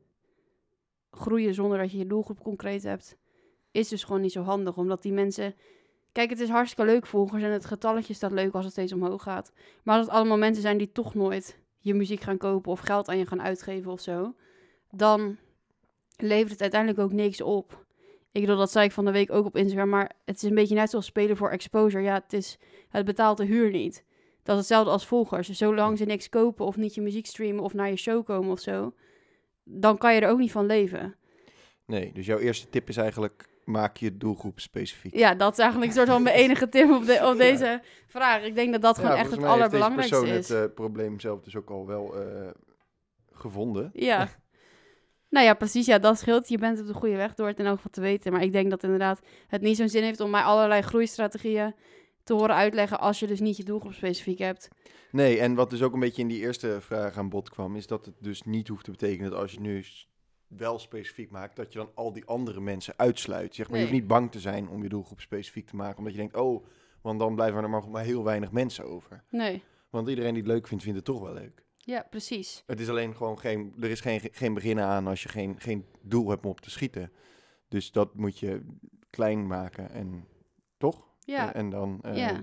Speaker 1: groeien zonder dat je je doelgroep concreet hebt, is dus gewoon niet zo handig. Omdat die mensen... Kijk, het is hartstikke leuk volgers en het getalletje staat leuk als het steeds omhoog gaat. Maar als het allemaal mensen zijn die toch nooit je muziek gaan kopen of geld aan je gaan uitgeven of zo, dan levert het uiteindelijk ook niks op. Ik bedoel, dat zei ik van de week ook op Instagram, maar het is een beetje net zoals spelen voor exposure. Ja, het betaalt de huur niet. Dat is hetzelfde als volgers. Dus zolang ze niks kopen of niet je muziek streamen of naar je show komen of zo, dan kan je er ook niet van leven.
Speaker 2: Nee, dus jouw eerste tip is eigenlijk, maak je doelgroep specifiek.
Speaker 1: Ja, dat is eigenlijk een soort van mijn enige tip op deze vraag. Ik denk dat dat gewoon echt het allerbelangrijkste is.
Speaker 2: Deze persoon heeft het probleem zelf dus ook al wel gevonden.
Speaker 1: Ja. Nou ja, precies. Ja, dat scheelt. Je bent op de goede weg door het in elk geval te weten. Maar ik denk dat inderdaad het niet zo'n zin heeft om mij allerlei groeistrategieën te horen uitleggen als je dus niet je doelgroep specifiek hebt.
Speaker 2: Nee, en wat dus ook een beetje in die eerste vraag aan bod kwam, is dat het dus niet hoeft te betekenen dat als je nu wel specifiek maakt, dat je dan al die andere mensen uitsluit. Zeg maar,
Speaker 1: Nee.
Speaker 2: Je hoeft niet bang te zijn om je doelgroep specifiek te maken, omdat je denkt, oh, want dan blijven er maar heel weinig mensen over.
Speaker 1: Nee.
Speaker 2: Want iedereen die het leuk vindt, vindt het toch wel leuk.
Speaker 1: Ja, precies.
Speaker 2: Het is alleen gewoon er is geen begin aan als je geen doel hebt om op te schieten. Dus dat moet je klein maken en toch?
Speaker 1: Ja.
Speaker 2: En dan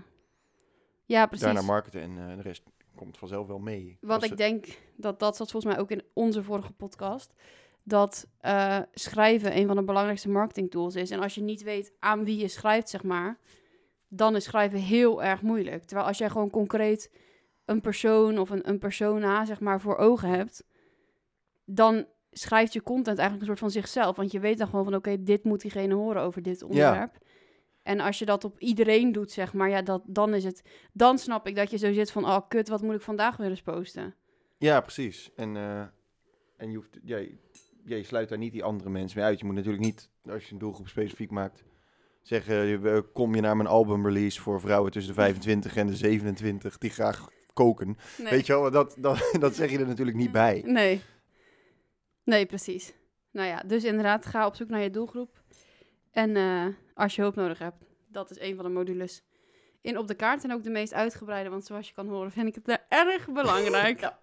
Speaker 1: Ja, precies.
Speaker 2: daarna marketen en de rest komt vanzelf wel mee.
Speaker 1: Want ik denk dat zat volgens mij ook in onze vorige podcast, dat schrijven een van de belangrijkste marketingtools is. En als je niet weet aan wie je schrijft, zeg maar, dan is schrijven heel erg moeilijk. Terwijl als jij gewoon concreet een persoon of een persona, zeg maar, voor ogen hebt, dan schrijft je content eigenlijk een soort van zichzelf. Want je weet dan gewoon van, oké, dit moet diegene horen over dit onderwerp. Ja. En als je dat op iedereen doet, zeg maar, ja, dan is het... Dan snap ik dat je zo zit van, oh, kut, wat moet ik vandaag weer eens posten?
Speaker 2: Ja, precies. En je hoeft... Je sluit daar niet die andere mensen mee uit. Je moet natuurlijk niet, als je een doelgroep specifiek maakt, zeggen, kom je naar mijn albumrelease voor vrouwen tussen de 25 en de 27 die graag koken.
Speaker 1: Nee.
Speaker 2: Weet je wel, dat zeg je er natuurlijk niet bij.
Speaker 1: Nee, precies. Nou ja, dus inderdaad, ga op zoek naar je doelgroep. En als je hulp nodig hebt, dat is een van de modules in op de kaart. En ook de meest uitgebreide, want zoals je kan horen vind ik het erg belangrijk.
Speaker 2: Ja.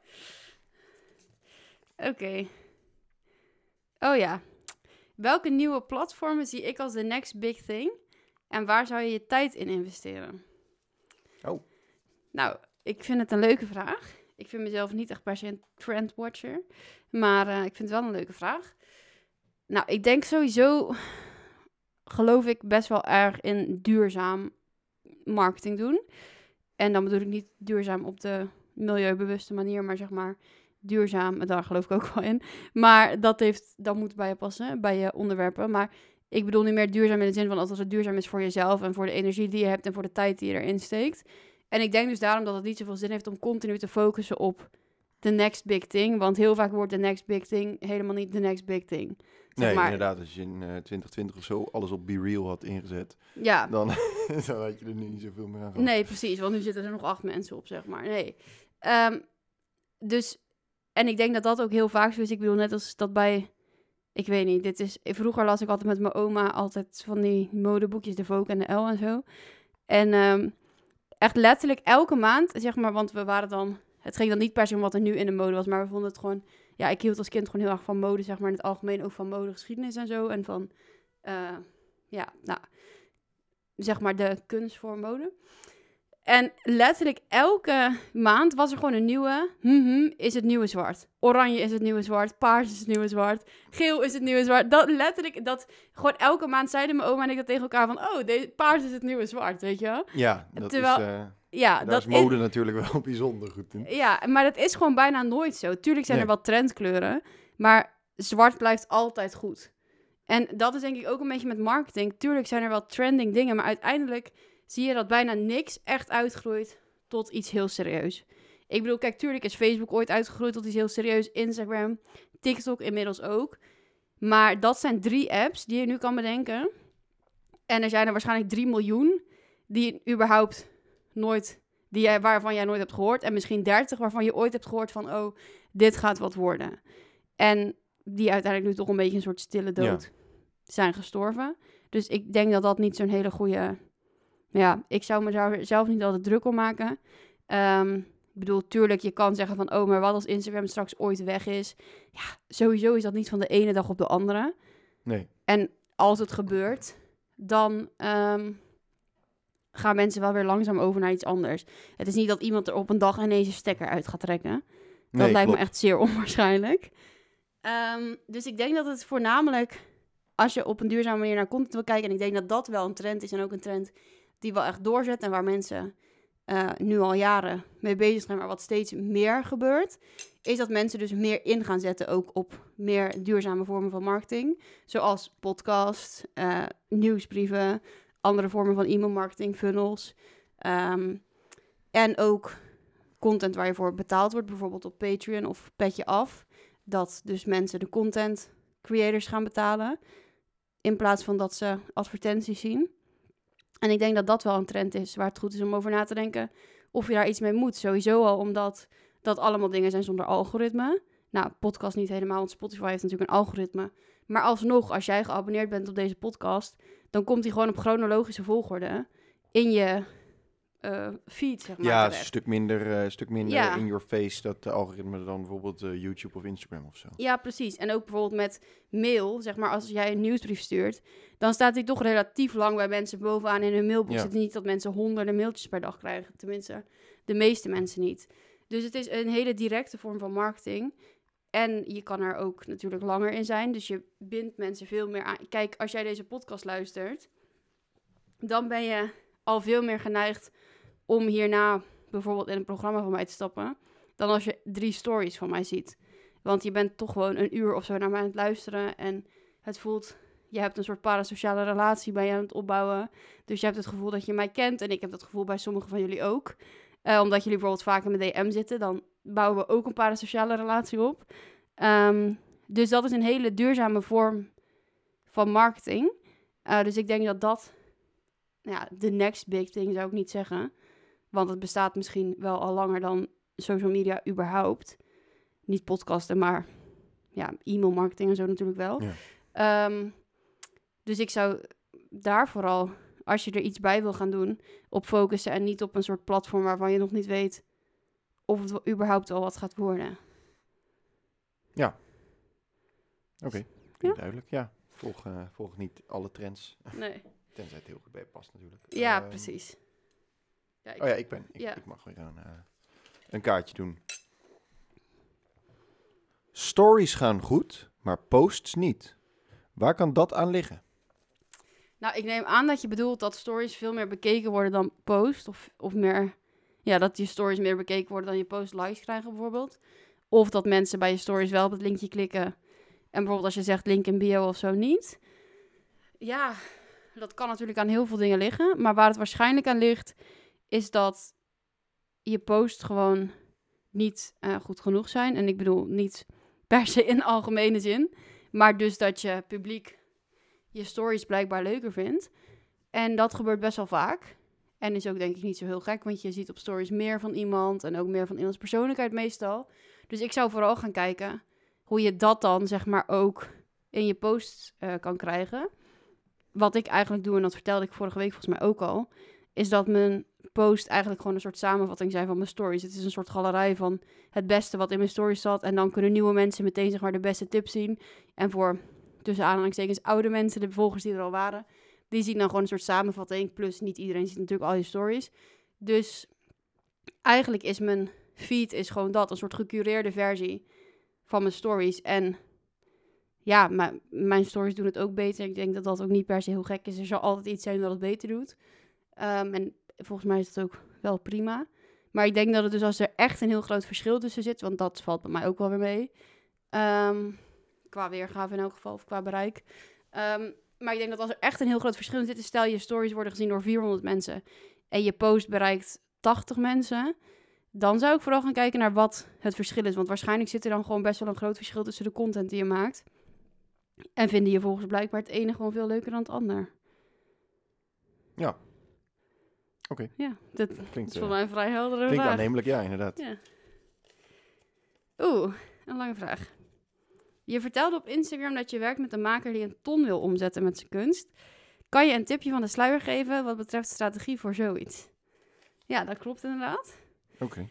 Speaker 1: Oké. Oh ja. Welke nieuwe platformen zie ik als de next big thing? En waar zou je je tijd in investeren?
Speaker 2: Oh.
Speaker 1: Nou, ik vind het een leuke vraag. Ik vind mezelf niet echt per se een trendwatcher. Maar ik vind het wel een leuke vraag. Nou, ik denk sowieso, geloof ik best wel erg in duurzaam marketing doen. En dan bedoel ik niet duurzaam op de milieubewuste manier, maar zeg maar duurzaam, daar geloof ik ook wel in. Maar dat moet bij je passen, bij je onderwerpen. Maar ik bedoel niet meer duurzaam in de zin van als het duurzaam is voor jezelf en voor de energie die je hebt en voor de tijd die je erin steekt. En ik denk dus daarom dat het niet zoveel zin heeft om continu te focussen op the next big thing. Want heel vaak wordt the next big thing helemaal niet the next big thing. Zeg
Speaker 2: Nee,
Speaker 1: maar,
Speaker 2: inderdaad, als je in 2020 of zo alles op Be Real had ingezet,
Speaker 1: ja.
Speaker 2: dan had je er nu niet zoveel meer aan gehad.
Speaker 1: Nee, precies, want nu zitten er nog 8 mensen op, zeg maar. Nee. Dus, en ik denk dat dat ook heel vaak zo is. Ik bedoel, net als dat bij, ik weet niet, vroeger las ik altijd met mijn oma altijd van die modeboekjes, de Vogue en de L en zo. En echt letterlijk elke maand, zeg maar, want we waren dan, het ging dan niet per se om wat er nu in de mode was, maar we vonden het gewoon, ja, ik hield als kind gewoon heel erg van mode, zeg maar, in het algemeen ook van modegeschiedenis en zo. En van, zeg maar de kunst voor mode. En letterlijk elke maand was er gewoon een nieuwe, is het nieuwe zwart. Oranje is het nieuwe zwart, paars is het nieuwe zwart, geel is het nieuwe zwart. Gewoon elke maand zeiden mijn oma en ik dat tegen elkaar van, paars is het nieuwe zwart, weet je wel?
Speaker 2: Ja, daar is mode natuurlijk wel bijzonder goed in.
Speaker 1: Ja, maar dat is gewoon bijna nooit zo. Tuurlijk zijn er wel trendkleuren, maar zwart blijft altijd goed. En dat is denk ik ook een beetje met marketing. Tuurlijk zijn er wel trending dingen, maar uiteindelijk zie je dat bijna niks echt uitgroeit tot iets heel serieus. Ik bedoel, kijk, tuurlijk is Facebook ooit uitgegroeid tot iets heel serieus. Instagram, TikTok inmiddels ook. Maar dat zijn 3 apps die je nu kan bedenken. En er zijn er waarschijnlijk 3 miljoen die überhaupt nooit waarvan jij nooit hebt gehoord. En misschien 30 waarvan je ooit hebt gehoord van, oh, dit gaat wat worden. En die uiteindelijk nu toch een beetje een soort stille dood zijn gestorven. Dus ik denk dat dat niet zo'n hele goede... Ja, ik zou me daar zelf niet altijd druk om maken. Ik bedoel, tuurlijk, je kan zeggen van... oh, maar wat als Instagram straks ooit weg is? Ja, sowieso is dat niet van de ene dag op de andere.
Speaker 2: Nee.
Speaker 1: En als het gebeurt, dan gaan mensen wel weer langzaam over naar iets anders. Het is niet dat iemand er op een dag ineens een stekker uit gaat trekken. Dat lijkt me echt zeer onwaarschijnlijk. Dus ik denk dat het voornamelijk... als je op een duurzame manier naar content wil kijken... en ik denk dat dat wel een trend is... en ook een trend die wel echt doorzet... en waar mensen nu al jaren mee bezig zijn... maar wat steeds meer gebeurt... is dat mensen dus meer in gaan zetten... ook op meer duurzame vormen van marketing. Zoals podcast, nieuwsbrieven... andere vormen van e-mailmarketing, funnels... en ook content waar je voor betaald wordt... bijvoorbeeld op Patreon of Petje Af... dat dus mensen de content creators gaan betalen... in plaats van dat ze advertenties zien. En ik denk dat dat wel een trend is waar het goed is om over na te denken... of je daar iets mee moet. Sowieso al omdat dat allemaal dingen zijn zonder algoritme. Nou, podcast niet helemaal, want Spotify heeft natuurlijk een algoritme. Maar alsnog, als jij geabonneerd bent op deze podcast... dan komt die gewoon op chronologische volgorde in je feed, zeg maar.
Speaker 2: Ja,
Speaker 1: terecht.
Speaker 2: een stuk minder in your face... dat de algoritme dan bijvoorbeeld YouTube of Instagram of zo.
Speaker 1: Ja, precies. En ook bijvoorbeeld met mail, zeg maar, als jij een nieuwsbrief stuurt... dan staat die toch relatief lang bij mensen bovenaan in hun mailbox. Het is niet dat mensen honderden mailtjes per dag krijgen. Tenminste, de meeste mensen niet. Dus het is een hele directe vorm van marketing. En je kan er ook natuurlijk langer in zijn. Dus je bindt mensen veel meer aan. Kijk, als jij deze podcast luistert... dan ben je al veel meer geneigd om hierna bijvoorbeeld in een programma van mij te stappen... dan als je 3 stories van mij ziet. Want je bent toch gewoon een uur of zo naar mij aan het luisteren... en het voelt... je hebt een soort parasociale relatie bij je aan het opbouwen. Dus je hebt het gevoel dat je mij kent... en ik heb dat gevoel bij sommigen van jullie ook. Omdat jullie bijvoorbeeld vaak in mijn DM zitten... dan bouwen we ook een parasociale relatie op. Dus dat is een hele duurzame vorm van marketing. Dus ik denk dat dat... ja, de next big thing zou ik niet zeggen... want het bestaat misschien wel al langer dan social media überhaupt. Niet podcasten, maar ja, e-mailmarketing en zo natuurlijk wel. Ja. Dus ik zou daar vooral, als je er iets bij wil gaan doen, op focussen... en niet op een soort platform waarvan je nog niet weet of het überhaupt al wat gaat worden.
Speaker 2: Ja. Oké, duidelijk. Ja, volg niet alle trends.
Speaker 1: Nee.
Speaker 2: Tenzij het heel goed bij je past natuurlijk.
Speaker 1: Ja, precies. Ja,
Speaker 2: ik mag weer een kaartje doen. Stories gaan goed, maar posts niet. Waar kan dat aan liggen?
Speaker 1: Nou, ik neem aan dat je bedoelt dat stories veel meer bekeken worden dan posts. Of meer, ja, dat je stories meer bekeken worden dan je post likes krijgen bijvoorbeeld. Of dat mensen bij je stories wel op het linkje klikken. En bijvoorbeeld als je zegt link in bio of zo niet. Ja, dat kan natuurlijk aan heel veel dingen liggen. Maar waar het waarschijnlijk aan ligt, is dat je post gewoon niet goed genoeg zijn. En ik bedoel niet per se in algemene zin. Maar dus dat je publiek je stories blijkbaar leuker vindt. En dat gebeurt best wel vaak. En is ook denk ik niet zo heel gek. Want je ziet op stories meer van iemand. En ook meer van iemands persoonlijkheid meestal. Dus ik zou vooral gaan kijken hoe je dat dan zeg maar ook in je posts kan krijgen. Wat ik eigenlijk doe, en dat vertelde ik vorige week volgens mij ook al, is dat mijn post eigenlijk gewoon een soort samenvatting zijn van mijn stories. Het is een soort galerij van het beste wat in mijn stories zat. En dan kunnen nieuwe mensen meteen zeg maar de beste tips zien. En voor tussen aanhalingstekens oude mensen, de volgers die er al waren, die zien dan gewoon een soort samenvatting. Plus niet iedereen ziet natuurlijk al je stories. Dus eigenlijk is mijn feed is gewoon dat, een soort gecureerde versie van mijn stories. En ja, mijn stories doen het ook beter. Ik denk dat dat ook niet per se heel gek is. Er zal altijd iets zijn dat het beter doet. En volgens mij is het ook wel prima. Maar ik denk dat het dus als er echt een heel groot verschil tussen zit, want dat valt bij mij ook wel weer mee. Qua weergave in elk geval, of qua bereik. Maar ik denk dat als er echt een heel groot verschil in zit, stel je stories worden gezien door 400 mensen en je post bereikt 80 mensen, dan zou ik vooral gaan kijken naar wat het verschil is. Want waarschijnlijk zit er dan gewoon best wel een groot verschil tussen de content die je maakt. En vinden je volgens blijkbaar het ene gewoon veel leuker dan het ander.
Speaker 2: Ja. Oké.
Speaker 1: Ja, dat
Speaker 2: Klinkt,
Speaker 1: is voor mij een vrij heldere
Speaker 2: klinkt
Speaker 1: vraag.
Speaker 2: aannemelijk, ja, inderdaad.
Speaker 1: Ja. Een lange vraag. Je vertelde op Instagram dat je werkt met een maker die 1 ton wil omzetten met zijn kunst. Kan je een tipje van de sluier geven wat betreft strategie voor zoiets? Ja, dat klopt inderdaad.
Speaker 2: Oké.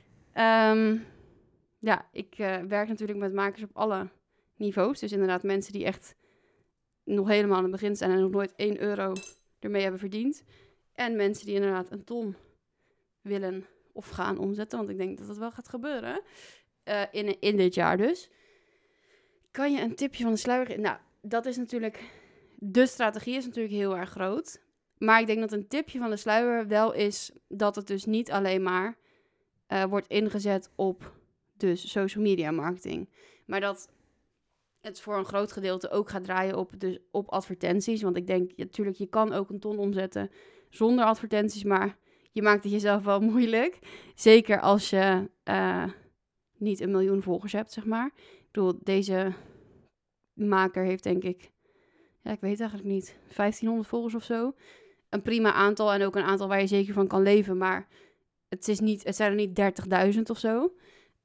Speaker 1: Ja, ik werk natuurlijk met makers op alle niveaus. Dus inderdaad mensen die echt nog helemaal aan het begin zijn en nog nooit 1 euro ermee hebben verdiend. En mensen die inderdaad 1 ton willen of gaan omzetten. Want ik denk dat dat wel gaat gebeuren. In dit jaar dus. Kan je een tipje van de sluier geven? Nou, dat is natuurlijk... De strategie is natuurlijk heel erg groot. Maar ik denk dat een tipje van de sluier wel is dat het dus niet alleen maar wordt ingezet op dus social media marketing. Maar dat het voor een groot gedeelte ook gaat draaien op advertenties. Want ik denk, natuurlijk, je kan ook 1 ton omzetten zonder advertenties. Maar je maakt het jezelf wel moeilijk. Zeker als je niet 1 miljoen volgers hebt, zeg maar. Ik bedoel, deze maker heeft denk ik... Ja, ik weet eigenlijk niet. 1500 volgers of zo. Een prima aantal en ook een aantal waar je zeker van kan leven. Maar het zijn er niet 30.000 of zo.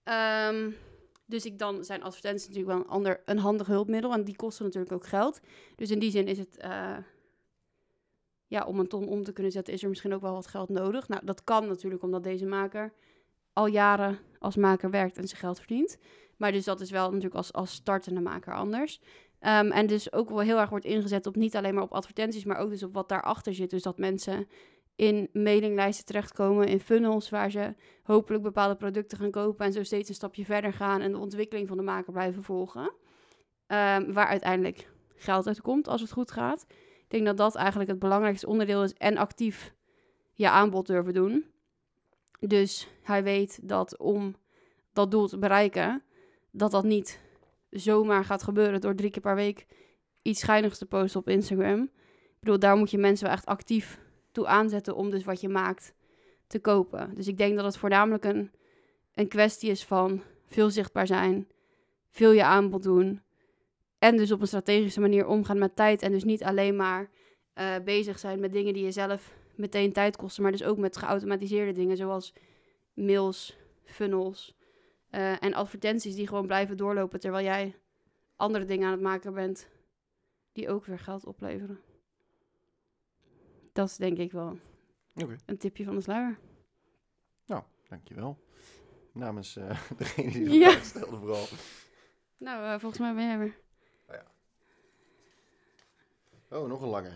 Speaker 1: Dus dan zijn advertenties natuurlijk wel een handig hulpmiddel. En die kosten natuurlijk ook geld. Dus in die zin is het... om 1 ton om te kunnen zetten is er misschien ook wel wat geld nodig. Nou, dat kan natuurlijk omdat deze maker al jaren als maker werkt en zijn geld verdient. Maar dus dat is wel natuurlijk als startende maker anders. En dus ook wel heel erg wordt ingezet op niet alleen maar op advertenties, maar ook dus op wat daarachter zit. Dus dat mensen in mailinglijsten terechtkomen, in funnels, waar ze hopelijk bepaalde producten gaan kopen en zo steeds een stapje verder gaan en de ontwikkeling van de maker blijven volgen. Waar uiteindelijk geld uit komt als het goed gaat. Ik denk dat dat eigenlijk het belangrijkste onderdeel is en actief je aanbod durven doen. Dus hij weet dat om dat doel te bereiken, dat niet zomaar gaat gebeuren door 3 keer per week iets schijnigs te posten op Instagram. Ik bedoel, daar moet je mensen wel echt actief toe aanzetten om dus wat je maakt te kopen. Dus ik denk dat het voornamelijk een kwestie is van veel zichtbaar zijn, veel je aanbod doen en dus op een strategische manier omgaan met tijd en dus niet alleen maar bezig zijn met dingen die je zelf meteen tijd kosten, maar dus ook met geautomatiseerde dingen zoals mails, funnels en advertenties die gewoon blijven doorlopen terwijl jij andere dingen aan het maken bent die ook weer geld opleveren. Dat is denk ik wel een tipje van de sluier.
Speaker 2: Nou, dankjewel. Namens degene die de vraag stelde vooral.
Speaker 1: Nou, volgens mij ben jij weer.
Speaker 2: Oh, ja. Oh, nog een lange.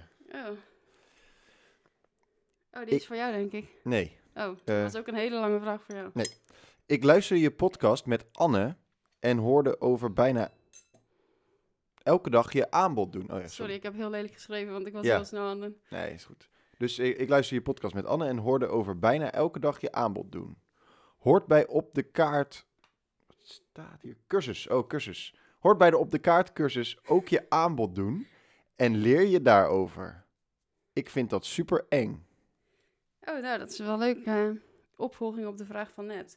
Speaker 1: Oh, die is voor jou, denk ik.
Speaker 2: Nee.
Speaker 1: Oh, dat was ook een hele lange vraag voor jou.
Speaker 2: Nee. Ik luisterde je podcast met Anne en hoorde over bijna elke dag je aanbod doen. Oh ja,
Speaker 1: sorry, ik heb heel lelijk geschreven, want ik was heel snel aan het doen.
Speaker 2: Nee, is goed. Dus ik luisterde je podcast met Anne en hoorde over bijna elke dag je aanbod doen. Hoort bij op de kaart... Wat staat hier? Cursus. Oh, cursus. Hoort bij de op de kaart cursus ook je aanbod doen en leer je daarover. Ik vind dat super eng.
Speaker 1: Oh, nou, dat is wel leuk. Opvolging op de vraag van net.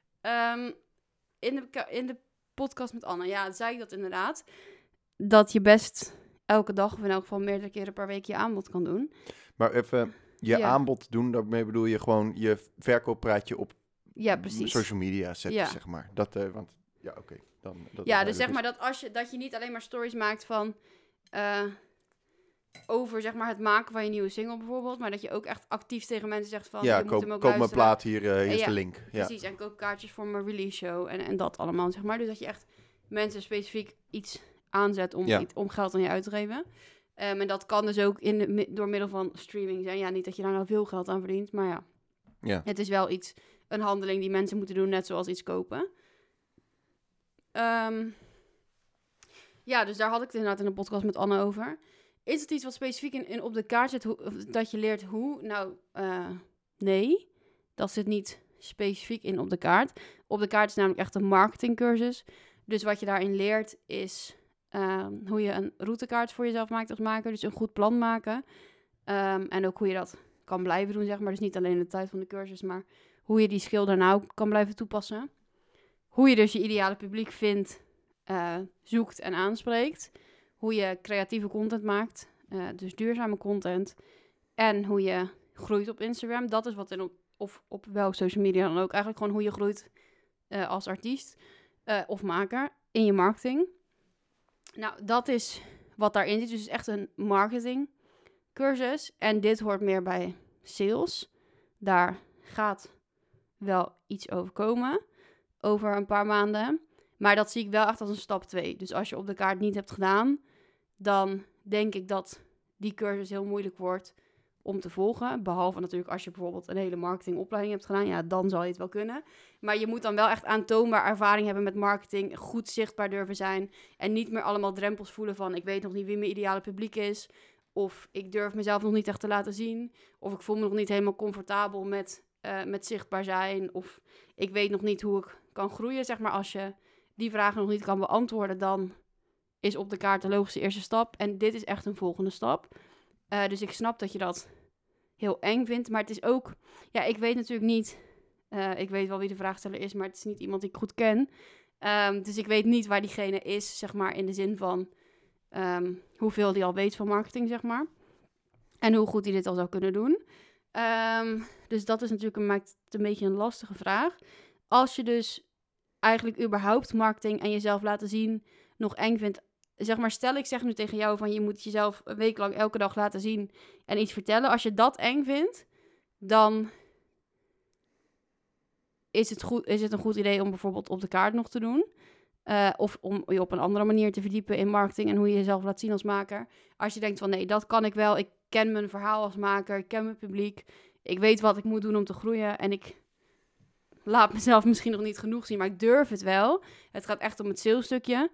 Speaker 1: In de podcast met Anne, ja, zei ik dat inderdaad. Dat je best elke dag, of in elk geval meerdere keren per week, je aanbod kan doen.
Speaker 2: Maar even je aanbod doen, daarmee bedoel je gewoon je verkooppraatje op social media zetten, zeg maar. Dat, want, ja, oké.
Speaker 1: Ja, dus zeg maar dat je niet alleen maar stories maakt van... over zeg maar het maken van je nieuwe single bijvoorbeeld, maar dat je ook echt actief tegen mensen zegt van...
Speaker 2: Ja,
Speaker 1: je moet hem ook
Speaker 2: koop mijn
Speaker 1: luisteren.
Speaker 2: plaat, hier is de link. Ja.
Speaker 1: Precies, en koop kaartjes voor mijn release show en dat allemaal, zeg maar. Dus dat je echt mensen specifiek iets aanzet om geld aan je uit te geven. En dat kan dus ook door middel van streaming zijn. Ja, niet dat je daar nou veel geld aan verdient, maar ja. Het is wel een handeling die mensen moeten doen, net zoals iets kopen. Ja, dus daar had ik het inderdaad in de podcast met Anne over. Is het iets wat specifiek in op de kaart zit, dat je leert hoe? Nou, nee, dat zit niet specifiek in op de kaart. Op de kaart is namelijk echt een marketingcursus. Dus wat je daarin leert is hoe je een routekaart voor jezelf maakt als maker. Dus een goed plan maken. En ook hoe je dat kan blijven doen, zeg maar. Dus niet alleen in de tijd van de cursus, maar hoe je die skill daarna ook kan blijven toepassen. Hoe je dus je ideale publiek vindt, zoekt en aanspreekt. Hoe je creatieve content maakt, dus duurzame content. En hoe je groeit op Instagram. Dat is wat of op welke social media dan ook. Eigenlijk gewoon hoe je groeit als artiest of maker in je marketing. Nou, dat is wat daarin zit. Dus het is echt een marketingcursus. En dit hoort meer bij sales. Daar gaat wel iets over komen over een paar maanden. Maar dat zie ik wel echt als een stap 2. Dus als je op de kaart niet hebt gedaan, dan denk ik dat die cursus heel moeilijk wordt om te volgen. Behalve natuurlijk als je bijvoorbeeld een hele marketingopleiding hebt gedaan. Ja, dan zal je het wel kunnen. Maar je moet dan wel echt aantoonbaar ervaring hebben met marketing. Goed zichtbaar durven zijn. En niet meer allemaal drempels voelen van ik weet nog niet wie mijn ideale publiek is. Of ik durf mezelf nog niet echt te laten zien. Of ik voel me nog niet helemaal comfortabel met zichtbaar zijn. Of ik weet nog niet hoe ik kan groeien. Zeg maar als je die vragen nog niet kan beantwoorden, dan is op de kaart de logische eerste stap. En dit is echt een volgende stap. Dus ik snap dat je dat heel eng vindt. Maar het is ook... Ja, ik weet natuurlijk niet... ik weet wel wie de vraagsteller is, maar het is niet iemand die ik goed ken. Dus ik weet niet waar diegene is, zeg maar, in de zin van hoeveel die al weet van marketing, zeg maar. En hoe goed hij dit al zou kunnen doen. Dus dat is natuurlijk maakt het een beetje een lastige vraag. Als je dus eigenlijk überhaupt marketing en jezelf laten zien nog eng vindt. Zeg maar, stel ik zeg nu tegen jou van je moet jezelf een week lang elke dag laten zien en iets vertellen. Als je dat eng vindt, dan is het een goed idee om bijvoorbeeld op de kaart nog te doen. Of om je op een andere manier te verdiepen in marketing en hoe je jezelf laat zien als maker. Als je denkt van nee, dat kan ik wel. Ik ken mijn verhaal als maker, ik ken mijn publiek. Ik weet wat ik moet doen om te groeien en ik laat mezelf misschien nog niet genoeg zien, maar ik durf het wel. Het gaat echt om het salesstukje.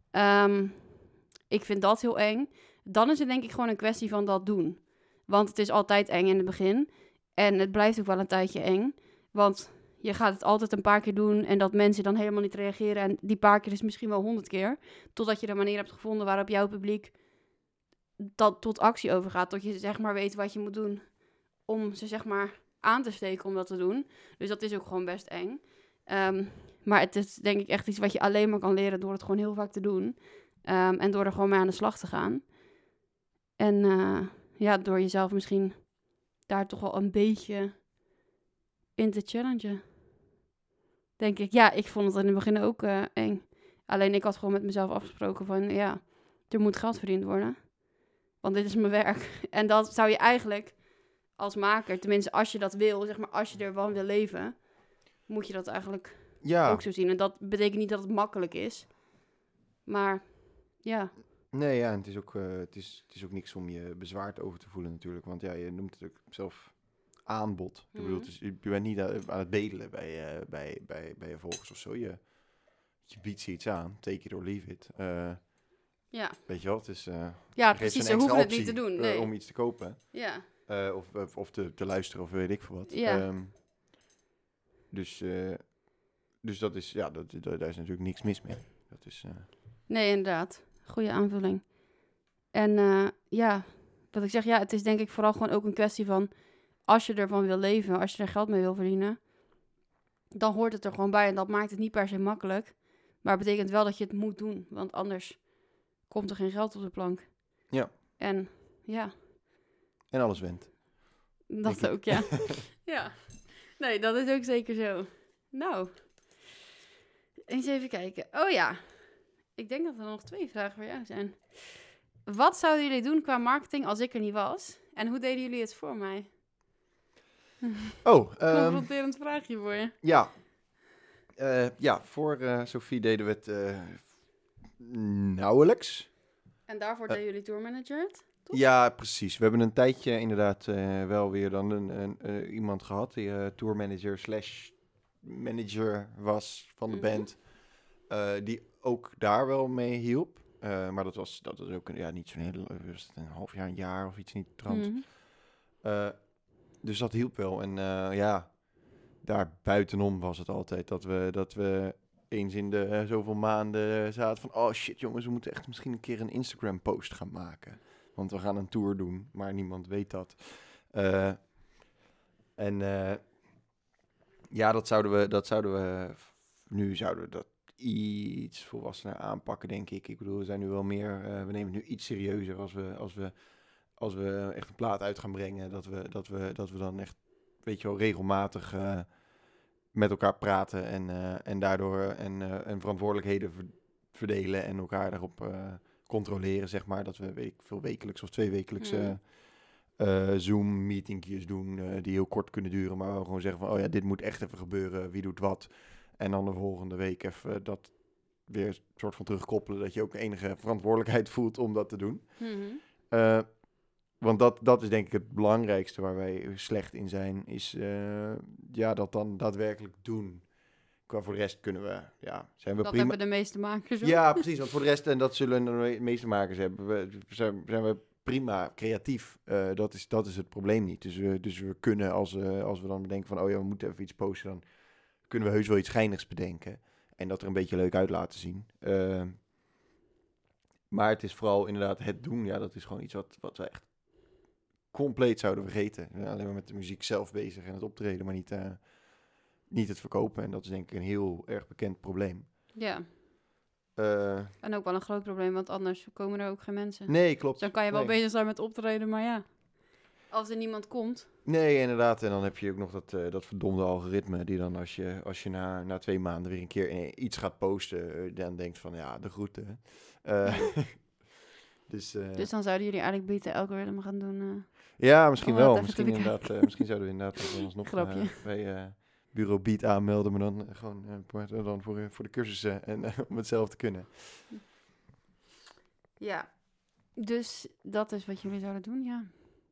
Speaker 1: Ik vind dat heel eng. Dan is het denk ik gewoon een kwestie van dat doen. Want het is altijd eng in het begin. En het blijft ook wel een tijdje eng. Want je gaat het altijd een paar keer doen en dat mensen dan helemaal niet reageren. En die paar keer is misschien wel 100 keer. Totdat je de manier hebt gevonden waarop jouw publiek dat tot actie overgaat. Tot je zeg maar weet wat je moet doen om ze zeg maar aan te steken om dat te doen. Dus dat is ook gewoon best eng. Maar het is denk ik echt iets wat je alleen maar kan leren door het gewoon heel vaak te doen. En door er gewoon mee aan de slag te gaan. En door jezelf misschien daar toch wel een beetje in te challengen. Denk ik. Ja, ik vond het in het begin ook eng. Alleen ik had gewoon met mezelf afgesproken van ja, er moet geld verdiend worden. Want dit is mijn werk. En dat zou je eigenlijk als maker, tenminste als je dat wil, zeg maar als je ervan wil leven, moet je dat eigenlijk ook zo zien. En dat betekent niet dat het makkelijk is. Maar ja.
Speaker 2: Nee, ja, en het is ook niks om je bezwaard over te voelen natuurlijk. Want ja, je noemt het ook zelf aanbod. Ik bedoel, dus je bent niet aan het bedelen bij je volgers of zo. Je biedt ze iets aan, take it or leave it.
Speaker 1: Ja.
Speaker 2: Weet je wel, het is...
Speaker 1: ja, precies, ze hoeven het niet te doen. Nee.
Speaker 2: Om iets te kopen.
Speaker 1: Ja.
Speaker 2: Of te luisteren of weet ik veel wat.
Speaker 1: Ja.
Speaker 2: Dus dat is, ja, daar is natuurlijk niks mis mee. Dat is...
Speaker 1: Nee, inderdaad. Goeie aanvulling. En wat ik zeg, ja, het is denk ik vooral gewoon ook een kwestie van, als je ervan wil leven, als je er geld mee wil verdienen, dan hoort het er gewoon bij. En dat maakt het niet per se makkelijk. Maar het betekent wel dat je het moet doen. Want anders komt er geen geld op de plank.
Speaker 2: Ja.
Speaker 1: En ja.
Speaker 2: En alles went.
Speaker 1: Dat ook, ja. Ja. Nee, dat is ook zeker zo. Nou. Eens even kijken. Oh ja. Ik denk dat er nog 2 vragen voor jou zijn. Wat zouden jullie doen qua marketing als ik er niet was? En hoe deden jullie het voor mij?
Speaker 2: Confronterend
Speaker 1: vraagje voor je.
Speaker 2: Ja, voor Sophie deden we het nauwelijks.
Speaker 1: En daarvoor deden jullie tourmanager het? Toch?
Speaker 2: Ja, precies. We hebben een tijdje inderdaad wel weer dan iemand gehad die tourmanager/manager was van de band. Die ook daar wel mee hielp. Maar dat was ook niet zo'n hele... een half jaar, een jaar of iets niet trans. Dus dat hielp wel. En daar buitenom was het altijd dat we eens in de zoveel maanden zaten van... Oh shit jongens, we moeten echt misschien een keer een Instagram post gaan maken. Want we gaan een tour doen, maar niemand weet dat. Dat zouden we... Nu zouden we dat iets volwassener aanpakken, denk ik. Ik bedoel, we zijn nu wel meer... we nemen het nu iets serieuzer als als we echt een plaat uit gaan brengen, dat we dan echt, weet je wel, regelmatig met elkaar praten en daardoor en verantwoordelijkheden verdelen en elkaar daarop controleren, zeg maar. Dat we, weet ik veel, wekelijks of 2 wekelijkse Zoom-meetingjes doen die heel kort kunnen duren, maar wel gewoon zeggen van, oh ja, dit moet echt even gebeuren, wie doet wat. En dan de volgende week even dat weer een soort van terugkoppelen, dat je ook enige verantwoordelijkheid voelt om dat te doen. Want dat is denk ik het belangrijkste waar wij slecht in zijn, is dat dan daadwerkelijk doen. Qua voor de rest kunnen we, zijn we
Speaker 1: dat
Speaker 2: prima.
Speaker 1: hebben de meeste makers ook.
Speaker 2: Ja, precies, want voor de rest, en dat zullen de meeste makers hebben, zijn we prima creatief. Dat is het probleem niet. Dus we kunnen, als we dan bedenken van, oh ja, we moeten even iets posten, dan kunnen we heus wel iets geinigs bedenken. En dat er een beetje leuk uit laten zien. Maar het is vooral inderdaad het doen. Ja, dat is gewoon iets wat we echt compleet zouden vergeten. We zijn alleen maar met de muziek zelf bezig en het optreden, maar niet het verkopen. En dat is denk ik een heel erg bekend probleem.
Speaker 1: Ja. En ook wel een groot probleem, want anders komen er ook geen mensen.
Speaker 2: Nee, klopt.
Speaker 1: Dus dan kan je wel bezig zijn met optreden, maar ja. Als er niemand komt.
Speaker 2: Nee, inderdaad. En dan heb je ook nog dat verdomde algoritme die dan als je na 2 maanden weer een keer iets gaat posten, dan denkt van ja, de groeten. Dus
Speaker 1: dan zouden jullie eigenlijk beter algoritme gaan doen.
Speaker 2: Ja, misschien
Speaker 1: om
Speaker 2: wel.
Speaker 1: het even
Speaker 2: Misschien misschien zouden we inderdaad ons nog bij Bureau Beat aanmelden, maar dan gewoon dan voor de cursussen en om het zelf te kunnen.
Speaker 1: Ja, dus dat is wat jullie zouden doen, ja.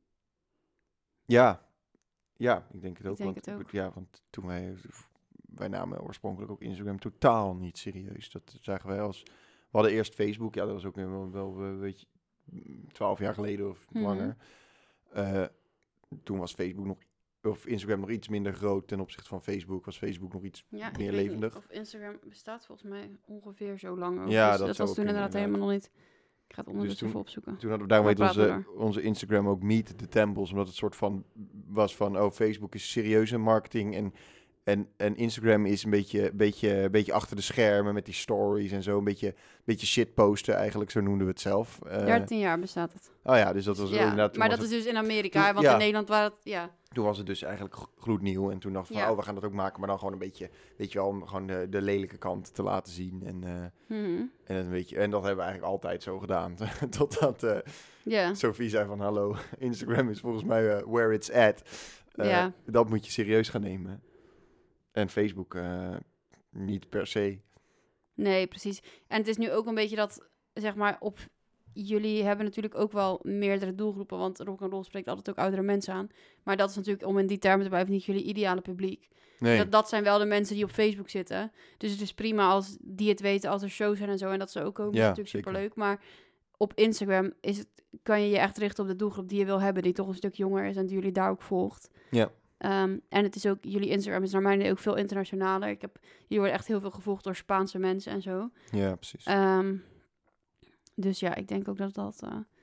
Speaker 2: Ja, ik denk het ook.
Speaker 1: Ik denk het ook.
Speaker 2: Ja, want toen wij namen oorspronkelijk ook Instagram totaal niet serieus. Dat zagen wij we hadden eerst Facebook, ja, dat was ook wel weet je, 12 jaar geleden of langer. Toen was Facebook of Instagram nog iets minder groot ten opzichte van Facebook. Was Facebook nog iets meer levendig.
Speaker 1: Niet of Instagram bestaat volgens mij ongeveer zo lang. Ook.
Speaker 2: Ja,
Speaker 1: dus dat was toen inderdaad helemaal nog niet. Ik ga het ondertussen even opzoeken.
Speaker 2: Toen hadden we daarom onze Instagram ook Meet the Temples, omdat het soort van was van, oh, Facebook is serieuze marketing en Instagram is een beetje achter de schermen met die stories en zo, een beetje shit posten eigenlijk, zo noemden we het zelf.
Speaker 1: 13 jaar bestaat het.
Speaker 2: Oh ja, dus dat was inderdaad.
Speaker 1: Maar dat is dus in Amerika, want in Nederland waren het,
Speaker 2: Toen was het dus eigenlijk gloednieuw en toen dachten we van, we gaan dat ook maken, maar dan gewoon een beetje, weet je wel, om gewoon de lelijke kant te laten zien en dat hebben we eigenlijk altijd zo gedaan, totdat Sophie zei van, hallo, Instagram is volgens mij where it's at. Dat moet je serieus gaan nemen. En Facebook niet per se. Nee,
Speaker 1: precies. En het is nu ook een beetje dat, zeg maar, jullie hebben natuurlijk ook wel meerdere doelgroepen, want rock'n'roll spreekt altijd ook oudere mensen aan. Maar dat is natuurlijk, om in die termen te blijven, niet jullie ideale publiek.
Speaker 2: Nee.
Speaker 1: Dat zijn wel de mensen die op Facebook zitten. Dus het is prima als die het weten als er shows zijn en zo en dat ze ook komen. Ja, dat is natuurlijk superleuk. Maar op Instagram kan je je echt richten op de doelgroep die je wil hebben, die toch een stuk jonger is en die jullie daar ook volgt.
Speaker 2: Ja.
Speaker 1: En het is ook, jullie Instagram is naar mijn idee ook veel internationaler. Jullie worden echt heel veel gevolgd door Spaanse mensen en zo.
Speaker 2: Ja, precies.
Speaker 1: Dus ja, ik denk ook dat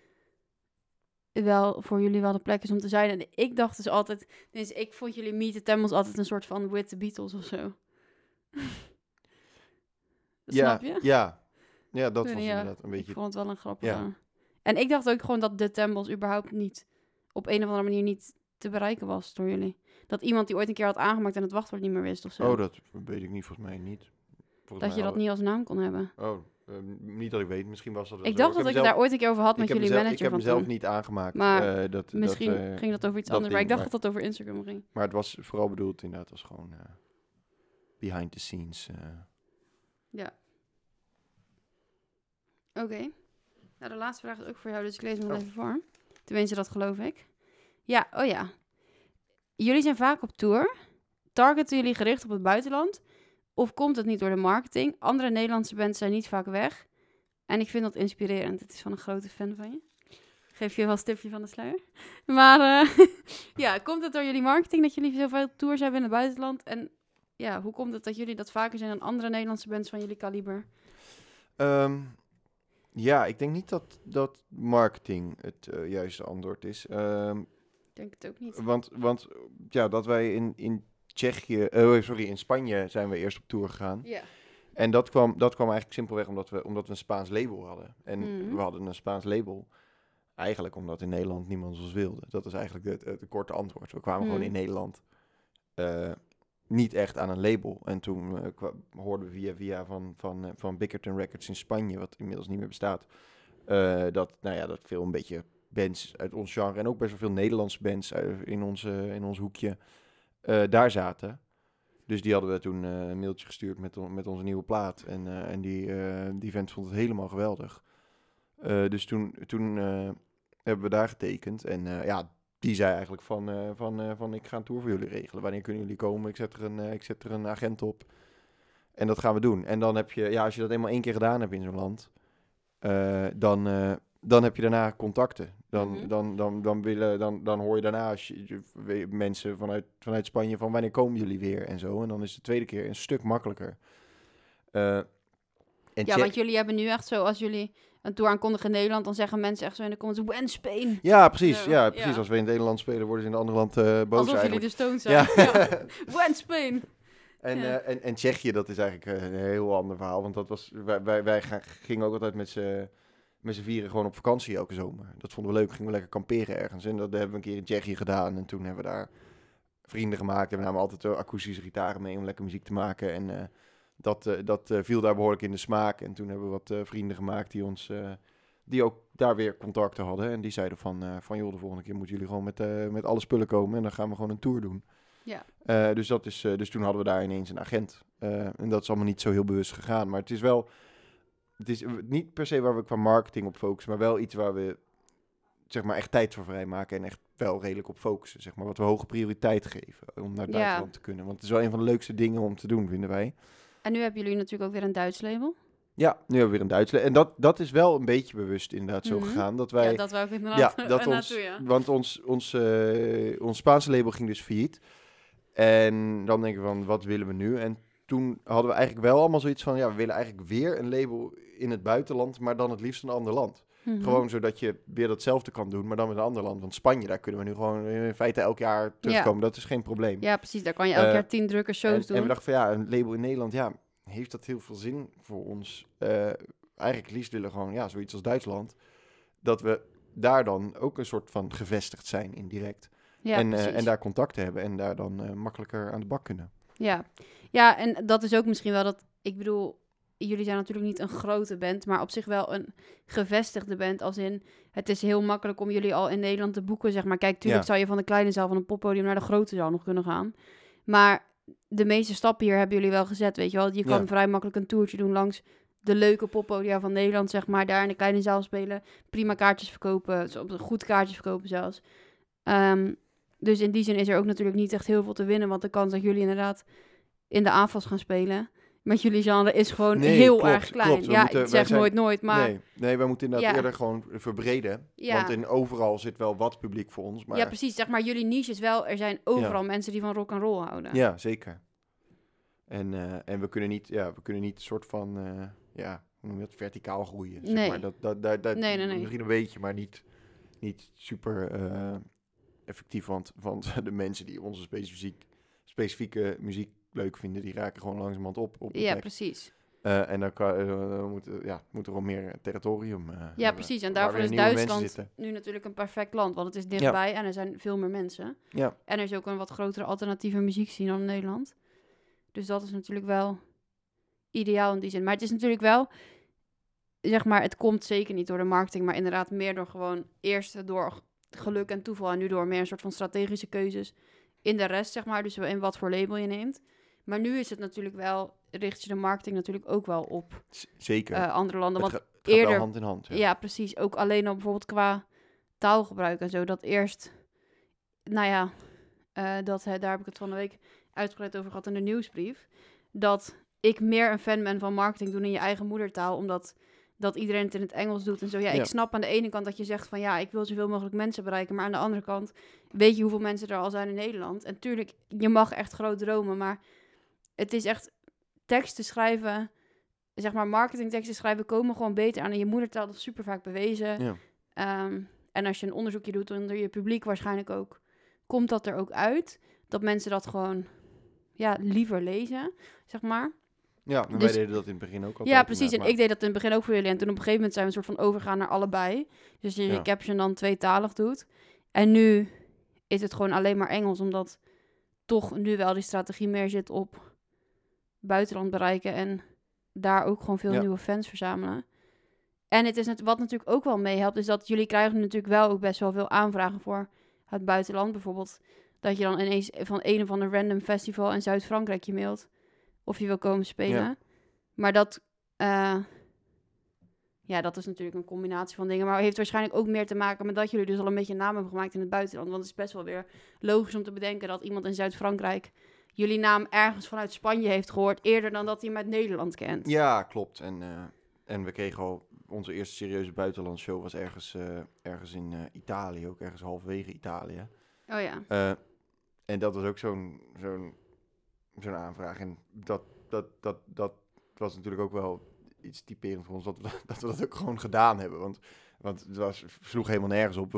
Speaker 1: wel voor jullie wel de plek is om te zijn. En ik dacht dus altijd, ik vond jullie Meet the Temples altijd een soort van With the Beatles of zo. Snap je?
Speaker 2: Ja, dat was inderdaad een beetje.
Speaker 1: Ik vond het wel een grappige. Ja. En ik dacht ook gewoon dat de Temples überhaupt niet op een of andere manier niet te bereiken was door jullie. Dat iemand die ooit een keer had aangemaakt en het wachtwoord niet meer wist of zo.
Speaker 2: Oh, dat weet ik niet, volgens mij niet.
Speaker 1: Dat je dat niet als naam kon hebben.
Speaker 2: Oh, niet dat ik weet. Misschien was dat wel
Speaker 1: ik dacht dat je daar ooit een keer over had met jullie manager.
Speaker 2: Ik heb mezelf niet aangemaakt.
Speaker 1: Maar misschien ging dat over iets anders. Maar ik dacht dat dat over Instagram ging.
Speaker 2: Maar het was vooral bedoeld inderdaad als gewoon behind the scenes.
Speaker 1: Ja. Oké. Nou, de laatste vraag is ook voor jou, dus ik lees hem wel even voor. Tenminste, dat geloof ik. Ja, oh ja. Jullie zijn vaak op tour. Targeten jullie gericht op het buitenland? Of komt het niet door de marketing? Andere Nederlandse bands zijn niet vaak weg. En ik vind dat inspirerend. Het is van een grote fan van je. Geef je wel een stipje van de sluier. Maar ja, komt het door jullie marketing dat jullie zoveel tours hebben in het buitenland? En ja, hoe komt het dat jullie dat vaker zijn dan andere Nederlandse bands van jullie kaliber?
Speaker 2: Ja, ik denk niet dat marketing het juiste antwoord is.
Speaker 1: Ik denk het ook niet.
Speaker 2: Want ja, dat wij in Tsjechië, in Spanje zijn we eerst op tour gegaan.
Speaker 1: Ja.
Speaker 2: En dat kwam eigenlijk simpelweg omdat we een Spaans label hadden. En we hadden een Spaans label. Eigenlijk omdat in Nederland niemand ons wilde. Dat is eigenlijk het korte antwoord. We kwamen gewoon in Nederland niet echt aan een label. En toen hoorden we via van Bickerton Records in Spanje, wat inmiddels niet meer bestaat, dat veel een beetje bands uit ons genre en ook best wel veel Nederlandse bands in ons hoekje daar zaten. Dus die hadden we toen een mailtje gestuurd met onze nieuwe plaat. En die vent vond het helemaal geweldig. Dus toen hebben we daar getekend. En die zei eigenlijk van ik ga een tour voor jullie regelen. Wanneer kunnen jullie komen? Ik zet er een agent op. En dat gaan we doen. En dan heb je, als je dat eenmaal 1 keer gedaan hebt in zo'n land, dan heb je daarna contacten. Dan hoor je daarna als mensen vanuit Spanje van wanneer komen jullie weer en zo. En dan is de tweede keer een stuk makkelijker.
Speaker 1: Want jullie hebben nu echt zo, als jullie een tour aankondigen in Nederland, dan zeggen mensen echt zo in de comments, when Spain.
Speaker 2: Ja, precies. Ja, precies. Als we in het ene land spelen, worden ze in het andere land boos.
Speaker 1: Alsof
Speaker 2: eigenlijk.
Speaker 1: Jullie de Stones zijn. Ja. When Spain.
Speaker 2: En Tsjechië, dat is eigenlijk een heel ander verhaal. Want dat was, wij gingen ook altijd met z'n vieren gewoon op vakantie elke zomer. Dat vonden we leuk. Gingen we lekker kamperen ergens. En dat hebben we een keer in Tsjechië gedaan. En toen hebben we daar vrienden gemaakt. En we namen altijd akoestische gitaren mee om lekker muziek te maken. En dat viel daar behoorlijk in de smaak. En toen hebben we wat vrienden gemaakt die ook daar weer contacten hadden. En die zeiden van joh, de volgende keer moeten jullie gewoon met alle spullen komen. En dan gaan we gewoon een tour doen.
Speaker 1: Ja.
Speaker 2: Dus toen hadden we daar ineens een agent. En dat is allemaal niet zo heel bewust gegaan. Maar het is niet per se waar we qua marketing op focussen, maar wel iets waar we zeg maar echt tijd voor vrijmaken en echt wel redelijk op focussen. Zeg maar wat we hoge prioriteit geven om naar het buitenland te kunnen. Want het is wel een van de leukste dingen om te doen, vinden wij.
Speaker 1: En nu hebben jullie natuurlijk ook weer een Duits label.
Speaker 2: Ja, nu hebben we weer een Duits label. En dat is wel een beetje bewust inderdaad zo gegaan. Dat wij,
Speaker 1: dat wou ik inderdaad
Speaker 2: Want ons Spaanse label ging dus failliet. En dan denken we van, wat willen we nu? En toen hadden we eigenlijk wel allemaal zoiets van, we willen eigenlijk weer een label in het buitenland, maar dan het liefst een ander land. Mm-hmm. Gewoon zodat je weer datzelfde kan doen, maar dan met een ander land. Want Spanje, daar kunnen we nu gewoon in feite elk jaar terugkomen. Dat is geen probleem.
Speaker 1: Ja, precies. Daar kan je elk jaar 10 drukke shows doen.
Speaker 2: En we dachten van, een label in Nederland, heeft dat heel veel zin voor ons? Eigenlijk liefst willen we gewoon, zoiets als Duitsland, dat we daar dan ook een soort van gevestigd zijn indirect. Ja, en daar contacten hebben en daar dan makkelijker aan de bak kunnen.
Speaker 1: Ja, en dat is ook misschien wel dat, ik bedoel, jullie zijn natuurlijk niet een grote band, maar op zich wel een gevestigde band, als in, het is heel makkelijk om jullie al in Nederland te boeken, zeg maar. Kijk, tuurlijk zou je van de kleine zaal van een poppodium naar de grote zaal nog kunnen gaan, maar de meeste stappen hier hebben jullie wel gezet, weet je wel. Je kan vrij makkelijk een toertje doen langs de leuke poppodia van Nederland, zeg maar, daar in de kleine zaal spelen, prima kaartjes verkopen, goed kaartjes verkopen zelfs. Dus in die zin is er ook natuurlijk niet echt heel veel te winnen, want de kans dat jullie inderdaad in de AFAS gaan spelen met jullie genre is gewoon heel erg klein. Klopt. Ik zeg nooit, maar...
Speaker 2: Nee, wij moeten inderdaad eerder gewoon verbreden. Ja. Want overal zit wel wat publiek voor ons. Maar...
Speaker 1: Ja, precies. Zeg maar, jullie niche is wel, er zijn overal mensen die van rock and roll houden.
Speaker 2: Ja, zeker. En we kunnen niet een soort van, hoe noem je dat, verticaal groeien. Zeg maar. Dat
Speaker 1: nee.
Speaker 2: Misschien een beetje, maar niet super effectief. Want de mensen die onze specifieke muziek leuk vinden, die raken gewoon langzamerhand op de plek.
Speaker 1: Precies.
Speaker 2: En dan moet er wel meer territorium
Speaker 1: precies. En daarvoor is Duitsland nu natuurlijk een perfect land, want het is dichtbij en er zijn veel meer mensen.
Speaker 2: Ja.
Speaker 1: En er is ook een wat grotere alternatieve muziekscene dan in Nederland. Dus dat is natuurlijk wel ideaal in die zin. Maar het is natuurlijk wel, zeg maar, het komt zeker niet door de marketing, maar inderdaad meer door gewoon eerst door geluk en toeval en nu door meer een soort van strategische keuzes in de rest, zeg maar. Dus in wat voor label je neemt. Maar nu is het natuurlijk wel, richt je de marketing natuurlijk ook wel op
Speaker 2: zeker.
Speaker 1: Andere landen.
Speaker 2: Het
Speaker 1: want
Speaker 2: gaat
Speaker 1: eerder,
Speaker 2: wel hand in hand.
Speaker 1: Ja, precies. Ook alleen al bijvoorbeeld qua taalgebruik en zo. Dat eerst, daar heb ik het van de week uitgebreid over gehad in de nieuwsbrief. Dat ik meer een fan ben van marketing doen in je eigen moedertaal, omdat dat iedereen het in het Engels doet en zo. Ja, ik snap aan de ene kant dat je zegt van ik wil zoveel mogelijk mensen bereiken, maar aan de andere kant weet je hoeveel mensen er al zijn in Nederland. En tuurlijk, je mag echt groot dromen, maar het is echt teksten schrijven, zeg maar marketingteksten schrijven komen gewoon beter aan in je moedertaal. Dat is super vaak bewezen.
Speaker 2: Ja.
Speaker 1: En als je een onderzoekje doet onder je publiek waarschijnlijk ook, komt dat er ook uit dat mensen dat gewoon liever lezen, zeg maar.
Speaker 2: Ja, maar
Speaker 1: Dus-
Speaker 2: wij deden dat in het begin ook altijd.
Speaker 1: Ja, precies. En
Speaker 2: inderdaad,
Speaker 1: ik deed dat in het begin ook voor jullie. En toen op een gegeven moment zijn we een soort van overgegaan naar allebei. Dus je
Speaker 2: Ja.
Speaker 1: caption dan tweetalig doet. En nu is het gewoon alleen maar Engels. Omdat toch nu wel die strategie meer zit op buitenland bereiken. En daar ook gewoon veel
Speaker 2: Ja.
Speaker 1: nieuwe fans verzamelen. En het is wat natuurlijk ook wel meehelpt. Is dat jullie krijgen natuurlijk wel ook best wel veel aanvragen voor het buitenland. Bijvoorbeeld dat je dan ineens van een of ander random festival in Zuid-Frankrijk je mailt. Of je wil komen spelen.
Speaker 2: Ja.
Speaker 1: Maar dat... ja, dat is natuurlijk een combinatie van dingen. Maar het heeft waarschijnlijk ook meer te maken met dat jullie dus al een beetje naam hebben gemaakt in het buitenland. Want het is best wel weer logisch om te bedenken dat iemand in Zuid-Frankrijk jullie naam ergens vanuit Spanje heeft gehoord. Eerder dan dat hij hem uit Nederland kent.
Speaker 2: Ja, klopt. En we kregen al... Onze eerste serieuze buitenlandshow was ergens in Italië. Ook ergens halverwege Italië.
Speaker 1: Oh ja.
Speaker 2: En dat was ook zo'n aanvraag. En dat was natuurlijk ook wel iets typerend voor ons. Dat we dat ook gewoon gedaan hebben. Want het sloeg helemaal nergens op.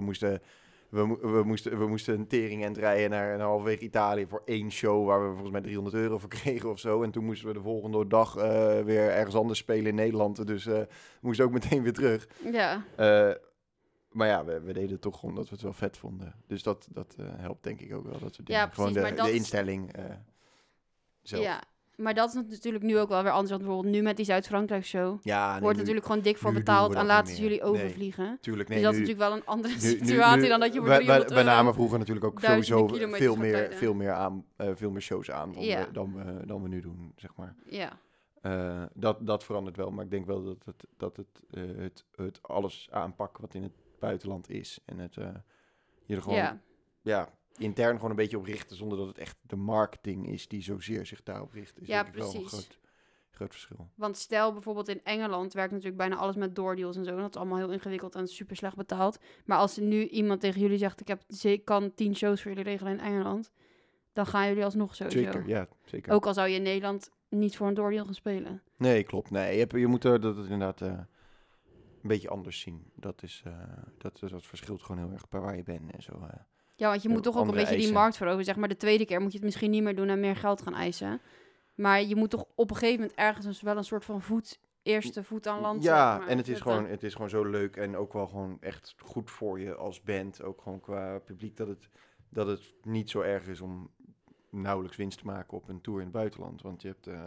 Speaker 2: We moesten een teringend rijden naar halverwege Italië voor 1 show waar we volgens mij €300 voor kregen of zo. En toen moesten we de volgende dag weer ergens anders spelen in Nederland. Dus we moesten ook meteen weer terug.
Speaker 1: Ja.
Speaker 2: Maar ja, we deden het toch gewoon omdat we het wel vet vonden. Dus dat helpt denk ik ook wel. Dat soort dingen.
Speaker 1: Ja, precies,
Speaker 2: gewoon
Speaker 1: maar dat
Speaker 2: de
Speaker 1: is-
Speaker 2: instelling zelf.
Speaker 1: Ja. Maar dat is natuurlijk nu ook wel weer anders. Want bijvoorbeeld nu met die Zuid-Frankrijk show
Speaker 2: Ja, nee,
Speaker 1: wordt
Speaker 2: nu-
Speaker 1: natuurlijk gewoon dik voor
Speaker 2: nu doen
Speaker 1: betaald.
Speaker 2: we
Speaker 1: En
Speaker 2: dat
Speaker 1: laten
Speaker 2: niet
Speaker 1: ze
Speaker 2: meer.
Speaker 1: jullie
Speaker 2: Nee.
Speaker 1: overvliegen.
Speaker 2: Tuurlijk, nee.
Speaker 1: Dus dat is
Speaker 2: nu-
Speaker 1: natuurlijk wel een andere
Speaker 2: nu-
Speaker 1: situatie dan dat je voor
Speaker 2: wij
Speaker 1: €300
Speaker 2: namen vroeger natuurlijk ook
Speaker 1: duizenden
Speaker 2: sowieso
Speaker 1: kilometers gaat rijden.
Speaker 2: veel meer shows aan
Speaker 1: Ja.
Speaker 2: dan we nu doen, zeg maar.
Speaker 1: Ja.
Speaker 2: Dat verandert wel, maar ik denk wel dat het alles aanpakken wat in het buitenland is. En je er gewoon intern gewoon een beetje op richten, zonder dat het echt de marketing is die zozeer zich daarop richt. Is
Speaker 1: Ja,
Speaker 2: denk ik wel een
Speaker 1: precies.
Speaker 2: groot verschil.
Speaker 1: Want stel bijvoorbeeld in Engeland werkt natuurlijk bijna alles met doordeals en zo. En dat is allemaal heel ingewikkeld en super slecht betaald. Maar als er nu iemand tegen jullie zegt, ik kan 10 shows voor jullie regelen in Engeland. Dan gaan jullie alsnog sowieso.
Speaker 2: Zeker, ja, zeker.
Speaker 1: Ook al zou je in Nederland niet voor een doordeal gaan spelen.
Speaker 2: Nee, klopt. Nee, je moet dat inderdaad een beetje anders zien. Dat verschilt gewoon heel erg per waar je bent en zo.
Speaker 1: Ja, want je moet toch ook een
Speaker 2: andere
Speaker 1: beetje die
Speaker 2: eisen.
Speaker 1: markt veroveren. Zeg maar de tweede keer moet je het misschien niet meer doen en meer geld gaan eisen. Maar je moet toch op een gegeven moment ergens wel een soort van eerste voet aan land
Speaker 2: Ja,
Speaker 1: zeg maar,
Speaker 2: en het
Speaker 1: zetten.
Speaker 2: is gewoon zo leuk en ook wel gewoon echt goed voor je als band. Ook gewoon qua publiek dat het niet zo erg is om nauwelijks winst te maken op een tour in het buitenland. Want je hebt,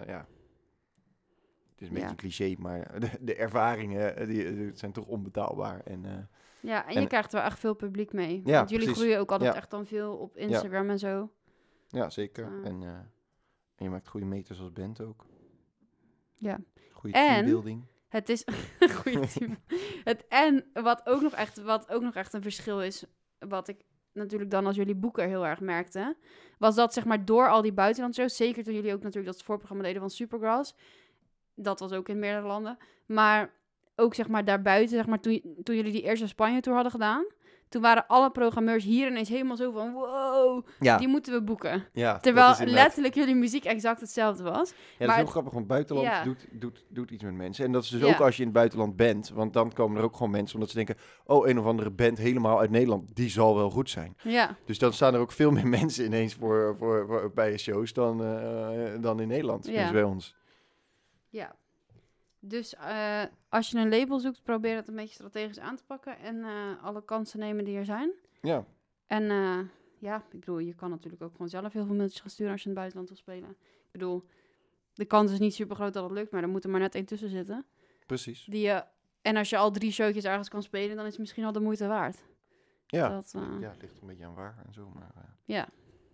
Speaker 2: het is een beetje een cliché, maar de ervaringen die zijn toch onbetaalbaar. En
Speaker 1: Ja, en je krijgt er wel echt veel publiek mee.
Speaker 2: Ja,
Speaker 1: Want jullie
Speaker 2: precies.
Speaker 1: groeien ook altijd
Speaker 2: Ja.
Speaker 1: echt dan veel op Instagram en zo.
Speaker 2: ja, zeker.
Speaker 1: Ah.
Speaker 2: En je maakt goede meters als band ook.
Speaker 1: Ja.
Speaker 2: Goede
Speaker 1: En-
Speaker 2: teambuilding.
Speaker 1: Het is een goede team. En wat ook nog echt een verschil is, wat ik natuurlijk dan als jullie boeker heel erg merkte, was dat zeg maar door al die buitenlandshows, zeker toen jullie ook natuurlijk dat voorprogramma deden van Supergrass, dat was ook in meerdere landen, maar ook zeg maar daarbuiten, zeg maar toen jullie die eerste Spanje-tour hadden gedaan, toen waren alle programmeurs hier ineens helemaal zo van, wow,
Speaker 2: Ja,
Speaker 1: die moeten we boeken.
Speaker 2: ja,
Speaker 1: Terwijl
Speaker 2: dat is inderdaad-
Speaker 1: letterlijk jullie muziek exact hetzelfde was.
Speaker 2: Ja, dat
Speaker 1: Maar
Speaker 2: is heel grappig, want buitenland
Speaker 1: ja.
Speaker 2: doet iets met mensen. En dat is dus
Speaker 1: Ja.
Speaker 2: ook als je in het buitenland bent. Want dan komen er ook gewoon mensen omdat ze denken... oh, een of andere band helemaal uit Nederland, die zal wel goed zijn.
Speaker 1: Ja,
Speaker 2: Dus dan staan er ook veel meer mensen ineens voor bij je shows dan in Nederland.
Speaker 1: Ja.
Speaker 2: Dus bij ons.
Speaker 1: ja. Dus als je een label zoekt, probeer het een beetje strategisch aan te pakken en alle kansen nemen die er zijn.
Speaker 2: Ja,
Speaker 1: En ja, ik bedoel, je kan natuurlijk ook gewoon zelf heel veel mailtjes gaan sturen als je in het buitenland wil spelen. Ik bedoel, de kans is niet super groot dat het lukt, maar er moet er maar net één tussen zitten.
Speaker 2: precies.
Speaker 1: En als je al 3 showtjes ergens kan spelen, dan is het misschien al de moeite waard.
Speaker 2: Ja,
Speaker 1: Dat,
Speaker 2: ja, het ligt een beetje aan waar en zo. Maar,
Speaker 1: ja.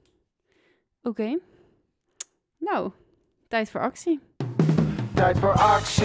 Speaker 1: Oké. Nou, tijd voor actie.
Speaker 3: Tijd voor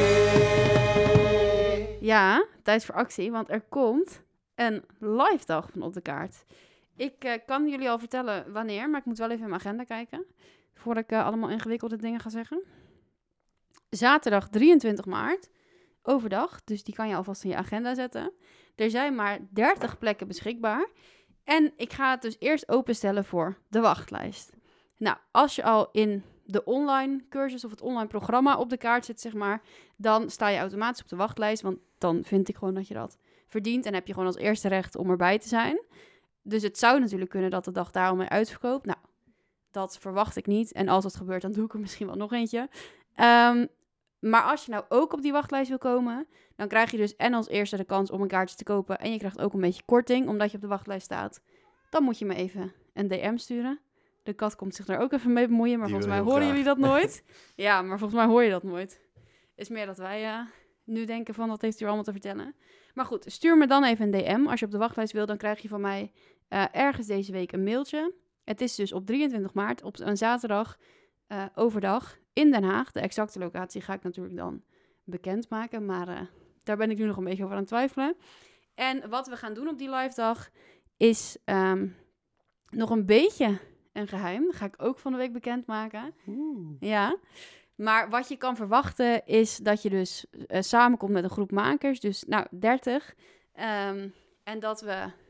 Speaker 3: actie!
Speaker 1: Ja, tijd voor actie, want er komt een live dag van op de kaart. Ik kan jullie al vertellen wanneer, maar ik moet wel even in mijn agenda kijken. Voordat ik allemaal ingewikkelde dingen ga zeggen. Zaterdag 23 maart, overdag, dus die kan je alvast in je agenda zetten. Er zijn maar 30 plekken beschikbaar. En ik ga het dus eerst openstellen voor de wachtlijst. Nou, als je al in de online cursus of het online programma op de kaart zit, zeg maar, dan sta je automatisch op de wachtlijst, want dan vind ik gewoon dat je dat verdient en heb je gewoon als eerste recht om erbij te zijn. Dus het zou natuurlijk kunnen dat de dag daarom mee uitverkoopt. Nou, dat verwacht ik niet. En als dat gebeurt, dan doe ik er misschien wel nog eentje. Maar als je nou ook op die wachtlijst wil komen, dan krijg je dus en als eerste de kans om een kaartje te kopen. En je krijgt ook een beetje korting, omdat je op de wachtlijst staat. Dan moet je me even een DM sturen. De kat komt zich daar ook even mee bemoeien, maar
Speaker 2: Die
Speaker 1: volgens mij
Speaker 2: wil heel
Speaker 1: horen
Speaker 2: graag.
Speaker 1: jullie dat nooit. Ja, maar volgens mij hoor je dat nooit. Is meer dat wij nu denken van, wat heeft hij allemaal te vertellen. Maar goed, stuur me dan even een DM. Als je op de wachtlijst wil, dan krijg je van mij ergens deze week een mailtje. Het is dus op 23 maart, op een zaterdag, overdag, in Den Haag. De exacte locatie ga ik natuurlijk dan bekendmaken, maar daar ben ik nu nog een beetje over aan het twijfelen. En wat we gaan doen op die live dag is nog een beetje een geheim. Dat ga ik ook van de week bekendmaken. Ja. Maar wat je kan verwachten is dat je dus samenkomt met een groep makers. Dus 30. En dat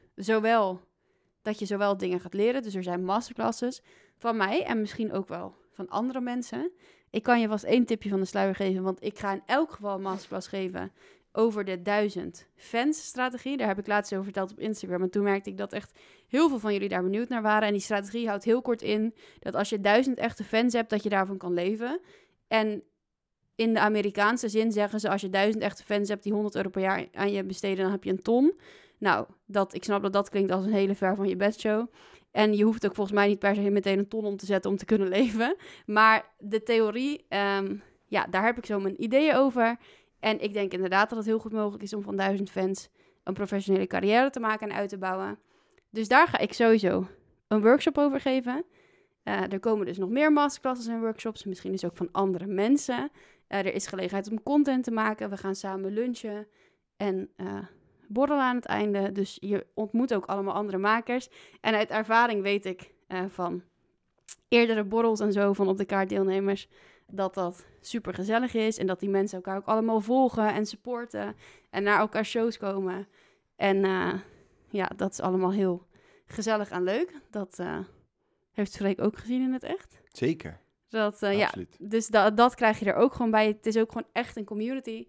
Speaker 1: je zowel dingen gaat leren. Dus er zijn masterclasses van mij en misschien ook wel van andere mensen. Ik kan je vast 1 tipje van de sluier geven. Want ik ga in elk geval een masterclass geven over de 1000 fans strategie. Daar heb ik laatst over verteld op Instagram. En toen merkte ik dat echt heel veel van jullie daar benieuwd naar waren. En die strategie houdt heel kort in dat als je 1000 echte fans hebt, dat je daarvan kan leven. En in de Amerikaanse zin zeggen ze, als je 1000 echte fans hebt die €100 per jaar aan je besteden, dan heb je een ton. Nou, ik snap dat dat klinkt als een hele ver van je bedshow. En je hoeft ook volgens mij niet per se meteen een ton om te zetten om te kunnen leven. Maar de theorie, daar heb ik zo mijn ideeën over. En ik denk inderdaad dat het heel goed mogelijk is om van 1000 fans een professionele carrière te maken en uit te bouwen. Dus daar ga ik sowieso een workshop over geven. Er komen dus nog meer masterclasses en workshops, misschien dus ook van andere mensen. Er is gelegenheid om content te maken. We gaan samen lunchen en borrelen aan het einde. Dus je ontmoet ook allemaal andere makers. En uit ervaring weet ik van eerdere borrels en zo van op de kaart deelnemers dat super gezellig is. En dat die mensen elkaar ook allemaal volgen en supporten. En naar elkaar shows komen. En dat is allemaal heel gezellig en leuk. Dat heeft Freek ook gezien in het echt.
Speaker 2: Zeker.
Speaker 1: Absoluut. Dus dat krijg je er ook gewoon bij. Het is ook gewoon echt een community.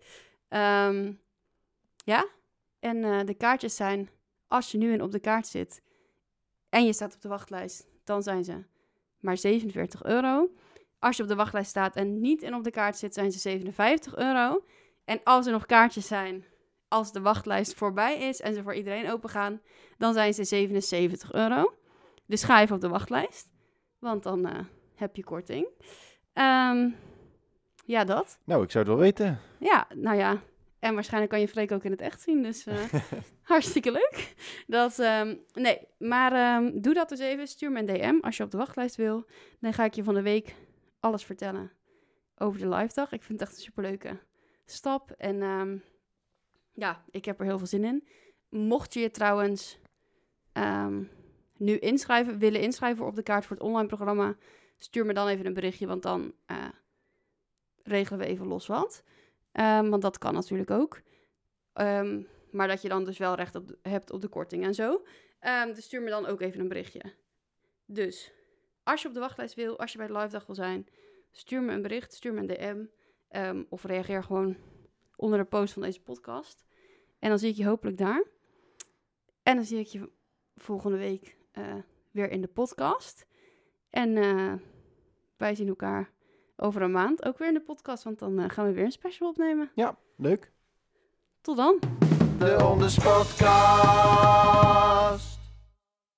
Speaker 1: En de kaartjes zijn, als je nu op de kaart zit en je staat op de wachtlijst, dan zijn ze maar €47. Als je op de wachtlijst staat en niet op de kaart zit, zijn ze €57. En als er nog kaartjes zijn, als de wachtlijst voorbij is en ze voor iedereen open gaan, dan zijn ze €77. Dus ga even op de wachtlijst, want dan heb je korting. Dat.
Speaker 2: Nou, ik zou het wel weten.
Speaker 1: Ja, nou ja. En waarschijnlijk kan je Freek ook in het echt zien, dus hartstikke leuk. Doe dat dus even. Stuur me een DM als je op de wachtlijst wil. Dan ga ik je van de week alles vertellen over de live dag. Ik vind het echt een superleuke stap. En ik heb er heel veel zin in. Mocht je je trouwens nu willen inschrijven op de kaart voor het online programma, stuur me dan even een berichtje, want dan regelen we even los wat. Want dat kan natuurlijk ook. Maar dat je dan dus wel recht hebt op de korting en zo. Dus stuur me dan ook even een berichtje. Dus als je op de wachtlijst wil, als je bij de live dag wil zijn, stuur me een bericht, stuur me een DM. Of reageer gewoon onder de post van deze podcast. En dan zie ik je hopelijk daar. En dan zie ik je volgende week weer in de podcast. En wij zien elkaar over een maand ook weer in de podcast, want dan gaan we weer een special opnemen.
Speaker 2: Ja, leuk.
Speaker 1: Tot dan.
Speaker 3: De Ondes Podcast.